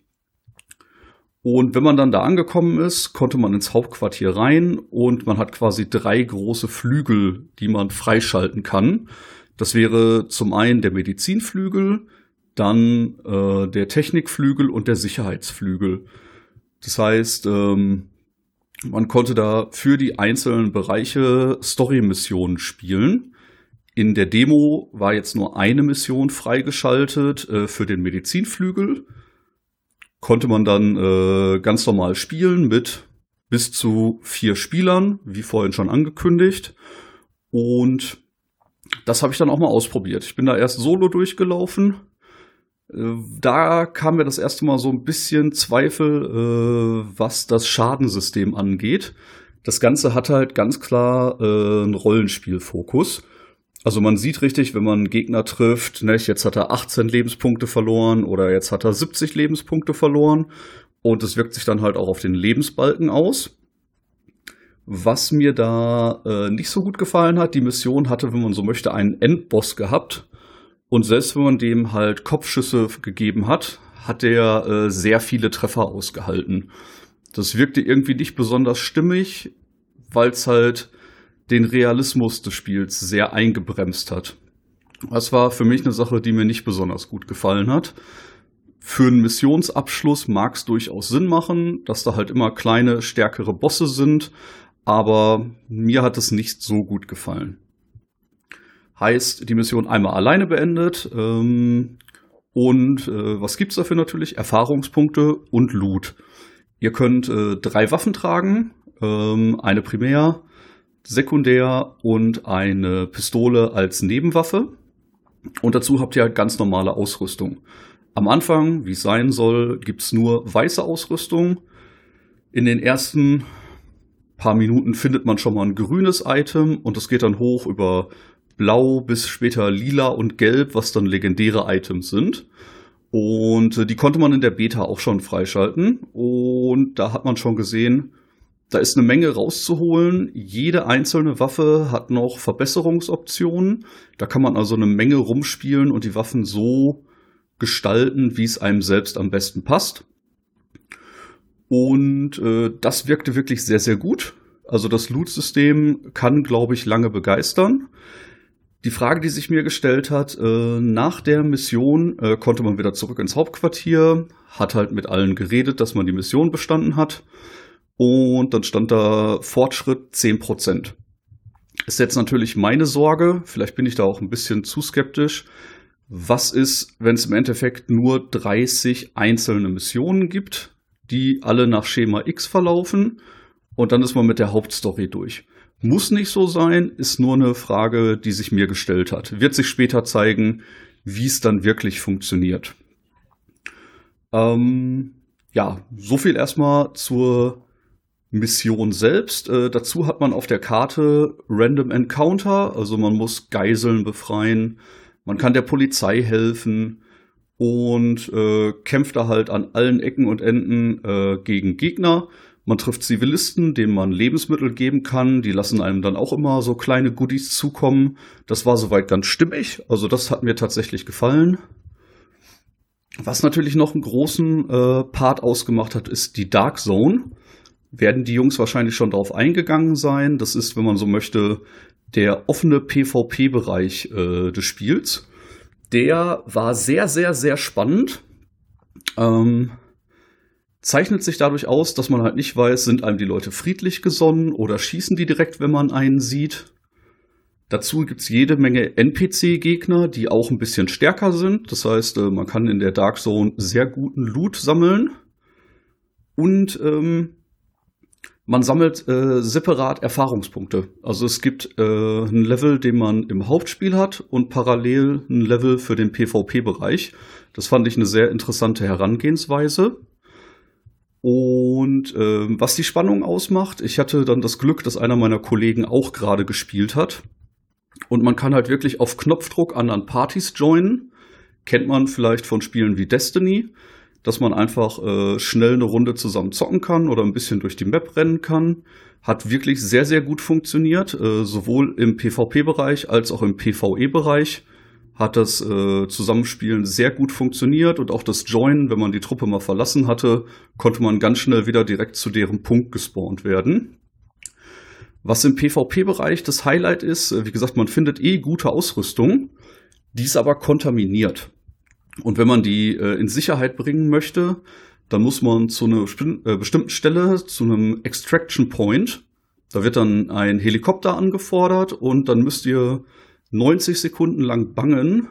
Speaker 1: Und wenn man dann da angekommen ist, konnte man ins Hauptquartier rein und man hat quasi 3 große Flügel, die man freischalten kann. Das wäre zum einen der Medizinflügel, dann der Technikflügel und der Sicherheitsflügel. Das heißt, man konnte da für die einzelnen Bereiche Story-Missionen spielen. In der Demo war jetzt nur eine Mission freigeschaltet für den Medizinflügel. Konnte man dann ganz normal spielen mit bis zu 4 Spielern, wie vorhin schon angekündigt. Und das habe ich dann auch mal ausprobiert. Ich bin da erst solo durchgelaufen. Da kam mir das erste Mal so ein bisschen Zweifel, was das Schadensystem angeht. Das Ganze hat halt ganz klar einen Rollenspielfokus. Also man sieht richtig, wenn man einen Gegner trifft, ne, jetzt hat er 18 Lebenspunkte verloren oder jetzt hat er 70 Lebenspunkte verloren. Und das wirkt sich dann halt auch auf den Lebensbalken aus. Was mir da nicht so gut gefallen hat, die Mission hatte, wenn man so möchte, einen Endboss gehabt. Und selbst wenn man dem halt Kopfschüsse gegeben hat, hat der sehr viele Treffer ausgehalten. Das wirkte irgendwie nicht besonders stimmig, weil es halt den Realismus des Spiels sehr eingebremst hat. Das war für mich eine Sache, die mir nicht besonders gut gefallen hat. Für einen Missionsabschluss mag es durchaus Sinn machen, dass da halt immer kleine, stärkere Bosse sind, aber mir hat es nicht so gut gefallen. Heißt, die Mission einmal alleine beendet und was gibt's dafür natürlich? Erfahrungspunkte und Loot. Ihr könnt 3 Waffen tragen, eine Primär, Sekundär und eine Pistole als Nebenwaffe. Und dazu habt ihr halt ganz normale Ausrüstung. Am Anfang, wie es sein soll, gibt's nur weiße Ausrüstung. In den ersten paar Minuten findet man schon mal ein grünes Item und es geht dann hoch über blau bis später lila und gelb, was dann legendäre Items sind. Und die konnte man in der Beta auch schon freischalten. Und da hat man schon gesehen, da ist eine Menge rauszuholen. Jede einzelne Waffe hat noch Verbesserungsoptionen. Da kann man also eine Menge rumspielen und die Waffen so gestalten, wie es einem selbst am besten passt. Und das wirkte wirklich sehr, sehr gut. Also das Loot-System kann, glaube ich, lange begeistern. Die Frage, die sich mir gestellt hat, nach der Mission konnte man wieder zurück ins Hauptquartier, hat halt mit allen geredet, dass man die Mission bestanden hat. Und dann stand da Fortschritt 10%. Ist jetzt natürlich meine Sorge, vielleicht bin ich da auch ein bisschen zu skeptisch. Was ist, wenn es im Endeffekt nur 30 einzelne Missionen gibt, die alle nach Schema X verlaufen und dann ist man mit der Hauptstory durch? Muss nicht so sein, ist nur eine Frage, die sich mir gestellt hat. Wird sich später zeigen, wie es dann wirklich funktioniert. Ja, so viel erstmal zur Mission selbst. Dazu hat man auf der Karte Random Encounter, also man muss Geiseln befreien, man kann der Polizei helfen und kämpft da halt an allen Ecken und Enden gegen Gegner. Man trifft Zivilisten, denen man Lebensmittel geben kann. Die lassen einem dann auch immer so kleine Goodies zukommen. Das war soweit ganz stimmig. Also das hat mir tatsächlich gefallen. Was natürlich noch einen großen Part ausgemacht hat, ist die Dark Zone. Werden die Jungs wahrscheinlich schon darauf eingegangen sein. Das ist, wenn man so möchte, der offene PvP-Bereich des Spiels. Der war sehr, sehr, sehr spannend. Zeichnet sich dadurch aus, dass man halt nicht weiß, sind einem die Leute friedlich gesonnen oder schießen die direkt, wenn man einen sieht. Dazu gibt's jede Menge NPC-Gegner, die auch ein bisschen stärker sind. Das heißt, man kann in der Dark Zone sehr guten Loot sammeln. Und man sammelt separat Erfahrungspunkte. Also es gibt ein Level, den man im Hauptspiel hat und parallel ein Level für den PvP-Bereich. Das fand ich eine sehr interessante Herangehensweise. Und was die Spannung ausmacht, ich hatte dann das Glück, dass einer meiner Kollegen auch gerade gespielt hat. Und man kann halt wirklich auf Knopfdruck anderen Partys joinen. Kennt man vielleicht von Spielen wie Destiny, dass man einfach schnell eine Runde zusammen zocken kann oder ein bisschen durch die Map rennen kann. Hat wirklich sehr, sehr gut funktioniert, sowohl im PvP-Bereich als auch im PvE-Bereich. Hat das Zusammenspielen sehr gut funktioniert und auch das Joinen, wenn man die Truppe mal verlassen hatte, konnte man ganz schnell wieder direkt zu deren Punkt gespawnt werden. Was im PvP-Bereich das Highlight ist, wie gesagt, man findet gute Ausrüstung, die ist aber kontaminiert. Und wenn man die in Sicherheit bringen möchte, dann muss man zu einer bestimmten Stelle, zu einem Extraction Point, da wird dann ein Helikopter angefordert und dann müsst ihr 90 Sekunden lang bangen,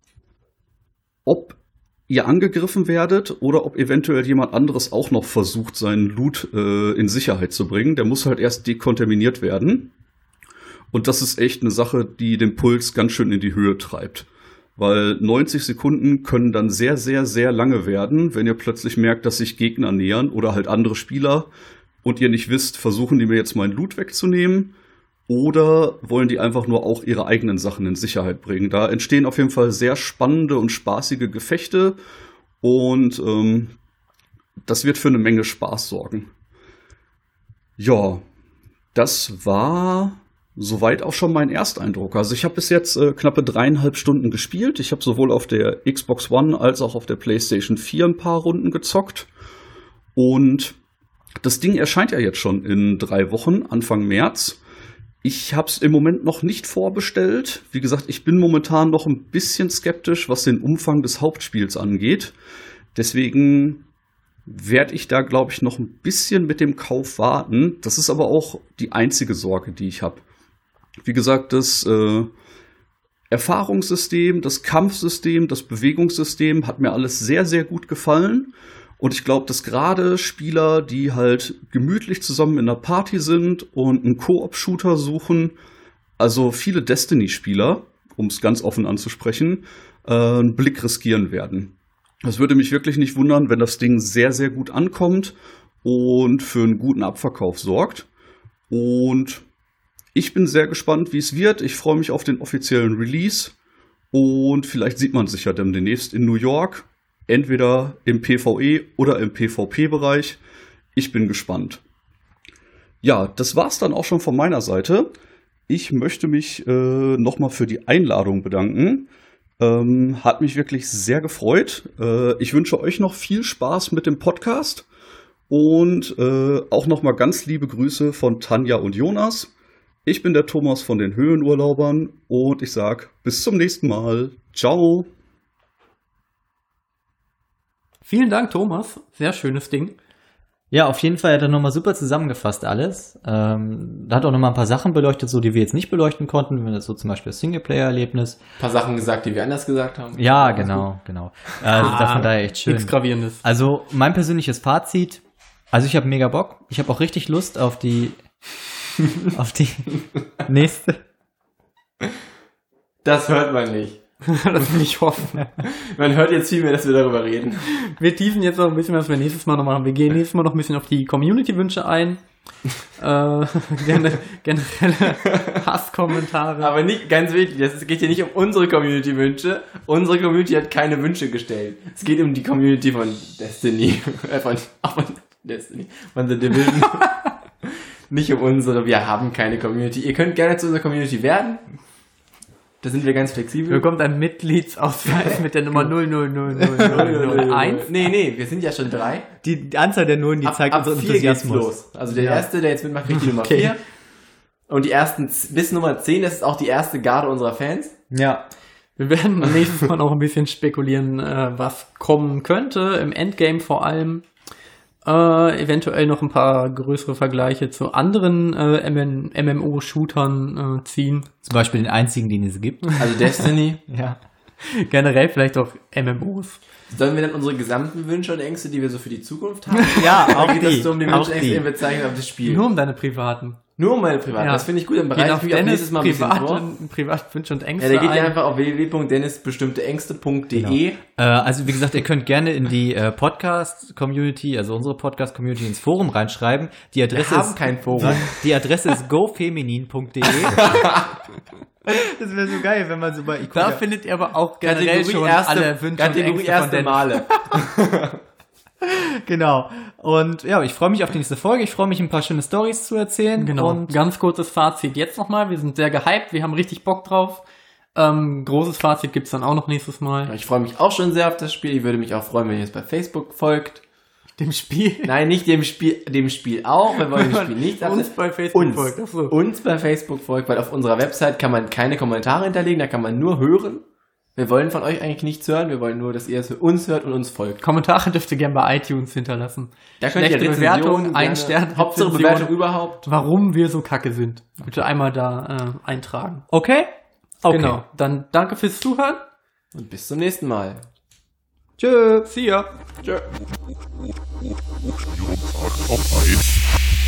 Speaker 1: ob ihr angegriffen werdet oder ob eventuell jemand anderes auch noch versucht, seinen Loot in Sicherheit zu bringen. Der muss halt erst dekontaminiert werden. Und das ist echt eine Sache, die den Puls ganz schön in die Höhe treibt. Weil 90 Sekunden können dann sehr, sehr, sehr lange werden, wenn ihr plötzlich merkt, dass sich Gegner nähern oder halt andere Spieler und ihr nicht wisst, versuchen die mir jetzt meinen Loot wegzunehmen oder wollen die einfach nur auch ihre eigenen Sachen in Sicherheit bringen. Da entstehen auf jeden Fall sehr spannende und spaßige Gefechte und das wird für eine Menge Spaß sorgen. Ja, das war soweit auch schon mein Ersteindruck. Also ich habe bis jetzt knappe 3,5 Stunden gespielt. Ich habe sowohl auf der Xbox One als auch auf der PlayStation 4 ein paar Runden gezockt. Und das Ding erscheint ja jetzt schon in 3 Wochen, Anfang März. Ich habe es im Moment noch nicht vorbestellt. Wie gesagt, ich bin momentan noch ein bisschen skeptisch, was den Umfang des Hauptspiels angeht. Deswegen werde ich da, glaube ich, noch ein bisschen mit dem Kauf warten. Das ist aber auch die einzige Sorge, die ich habe. Wie gesagt, das Erfahrungssystem, das Kampfsystem, das Bewegungssystem hat mir alles sehr, sehr gut gefallen. Und ich glaube, dass gerade Spieler, die halt gemütlich zusammen in einer Party sind und einen Koop-Shooter suchen, also viele Destiny-Spieler, um es ganz offen anzusprechen, einen Blick riskieren werden. Das würde mich wirklich nicht wundern, wenn das Ding sehr, sehr gut ankommt und für einen guten Abverkauf sorgt. Und ich bin sehr gespannt, wie es wird. Ich freue mich auf den offiziellen Release. Und vielleicht sieht man sich ja dann demnächst in New York. Entweder im PvE oder im PvP-Bereich. Ich bin gespannt. Ja, das war's dann auch schon von meiner Seite. Ich möchte mich nochmal für die Einladung bedanken. Hat mich wirklich sehr gefreut. Ich wünsche euch noch viel Spaß mit dem Podcast. Und auch nochmal ganz liebe Grüße von Tanja und Jonas. Ich bin der Thomas von den Höhenurlaubern und ich sag bis zum nächsten Mal. Ciao.
Speaker 3: Vielen Dank, Thomas. Sehr schönes Ding.
Speaker 2: Ja, auf jeden Fall hat er nochmal super zusammengefasst alles. Da hat auch nochmal ein paar Sachen beleuchtet, so die wir jetzt nicht beleuchten konnten, wenn das so zum Beispiel das Singleplayer-Erlebnis.
Speaker 4: Ein paar Sachen gesagt, die wir anders gesagt haben.
Speaker 2: Ja, genau. Davon daher echt schön.
Speaker 3: Nichts Gravierendes.
Speaker 2: Also mein persönliches Fazit, also ich habe mega Bock. Ich habe auch richtig Lust auf die nächste.
Speaker 4: Das hört man nicht.
Speaker 3: Das will ich hoffen.
Speaker 4: Man hört jetzt viel mehr, dass wir darüber reden.
Speaker 3: Wir teasen jetzt noch ein bisschen, was wir nächstes Mal noch machen. Wir gehen nächstes Mal noch ein bisschen auf die Community-Wünsche ein. Generelle Hasskommentare.
Speaker 4: Aber nicht, ganz wichtig, geht hier nicht um unsere Community-Wünsche. Unsere Community hat keine Wünsche gestellt. Es geht um die Community von Destiny. Von Destiny. Von The Division. Nicht um unsere, wir haben keine Community. Ihr könnt gerne zu unserer Community werden. Da sind wir ganz flexibel.
Speaker 3: Bekommt ein Mitgliedsausweis mit der Nummer 0000001.
Speaker 4: Nee, wir sind ja schon 3.
Speaker 2: Die Anzahl der Nullen, die zeigt unseren Enthusiasmus.
Speaker 4: Los. Also der Erste, der jetzt mitmacht, kriegt die Nummer 4. Und die ersten bis Nummer 10, das ist auch die erste Garde unserer Fans.
Speaker 2: Ja.
Speaker 3: Wir werden nächstes Mal auch ein bisschen spekulieren, was kommen könnte. Im Endgame vor allem. Eventuell noch ein paar größere Vergleiche zu anderen MMO-Shootern ziehen.
Speaker 2: Zum Beispiel den einzigen, den es gibt.
Speaker 4: Also Destiny.
Speaker 3: Ja. Generell vielleicht auch MMOs.
Speaker 4: Sollen wir dann unsere gesamten Wünsche und Ängste, die wir so für die Zukunft haben?
Speaker 2: Ja, auch
Speaker 4: geht
Speaker 2: die.
Speaker 4: das so um die Wünsche und Ängste, wir zeichnen auf das Spiel.
Speaker 3: Nur um deine privaten.
Speaker 4: Nur um meine privaten.
Speaker 3: Ja.
Speaker 4: Das finde ich gut. Dann bereite ich mich auch nächstes Mal ein bisschen vor.
Speaker 3: Privatwünsche und Ängste.
Speaker 4: Ja, da geht ihr einfach auf www.dennisbestimmteängste.de.
Speaker 2: Genau. Also wie gesagt, ihr könnt gerne in die Podcast-Community, also unsere Podcast-Community ins Forum reinschreiben. Die Adresse
Speaker 4: haben kein Forum.
Speaker 2: Die Adresse ist gofeminin.de. Das wäre so geil, wenn man so bei
Speaker 3: Da findet ihr aber auch generell schon alle Wünsche und Ängste von den
Speaker 4: Male.
Speaker 2: Genau. Und ja, ich freue mich auf die nächste Folge. Ich freue mich, ein paar schöne Storys zu erzählen.
Speaker 3: Genau.
Speaker 2: Und
Speaker 3: ganz kurzes Fazit jetzt nochmal. Wir sind sehr gehypt. Wir haben richtig Bock drauf. Großes Fazit gibt's dann auch noch nächstes Mal.
Speaker 4: Ich freue mich auch schon sehr auf das Spiel. Ich würde mich auch freuen, wenn ihr es bei Facebook folgt.
Speaker 3: Dem Spiel?
Speaker 4: Nein, nicht dem Spiel auch. Wir wollen dem Spiel nicht.
Speaker 3: Uns bei Facebook folgt.
Speaker 4: Ach so. Uns bei Facebook folgt, weil auf unserer Website kann man keine Kommentare hinterlegen. Da kann man nur hören. Wir wollen von euch eigentlich nichts hören. Wir wollen nur, dass ihr es für uns hört und uns folgt.
Speaker 3: Kommentare dürft ihr gerne bei iTunes hinterlassen.
Speaker 4: Da könnt ihr
Speaker 3: Bewertungen, 1 Stern.
Speaker 4: Hauptsache Bewertung überhaupt.
Speaker 3: Warum wir so kacke sind. Bitte einmal da eintragen.
Speaker 2: okay?
Speaker 3: Genau. Dann danke fürs Zuhören.
Speaker 4: Und bis zum nächsten Mal.
Speaker 3: Tschö. See ya.
Speaker 4: Tschö.
Speaker 5: Auf eins.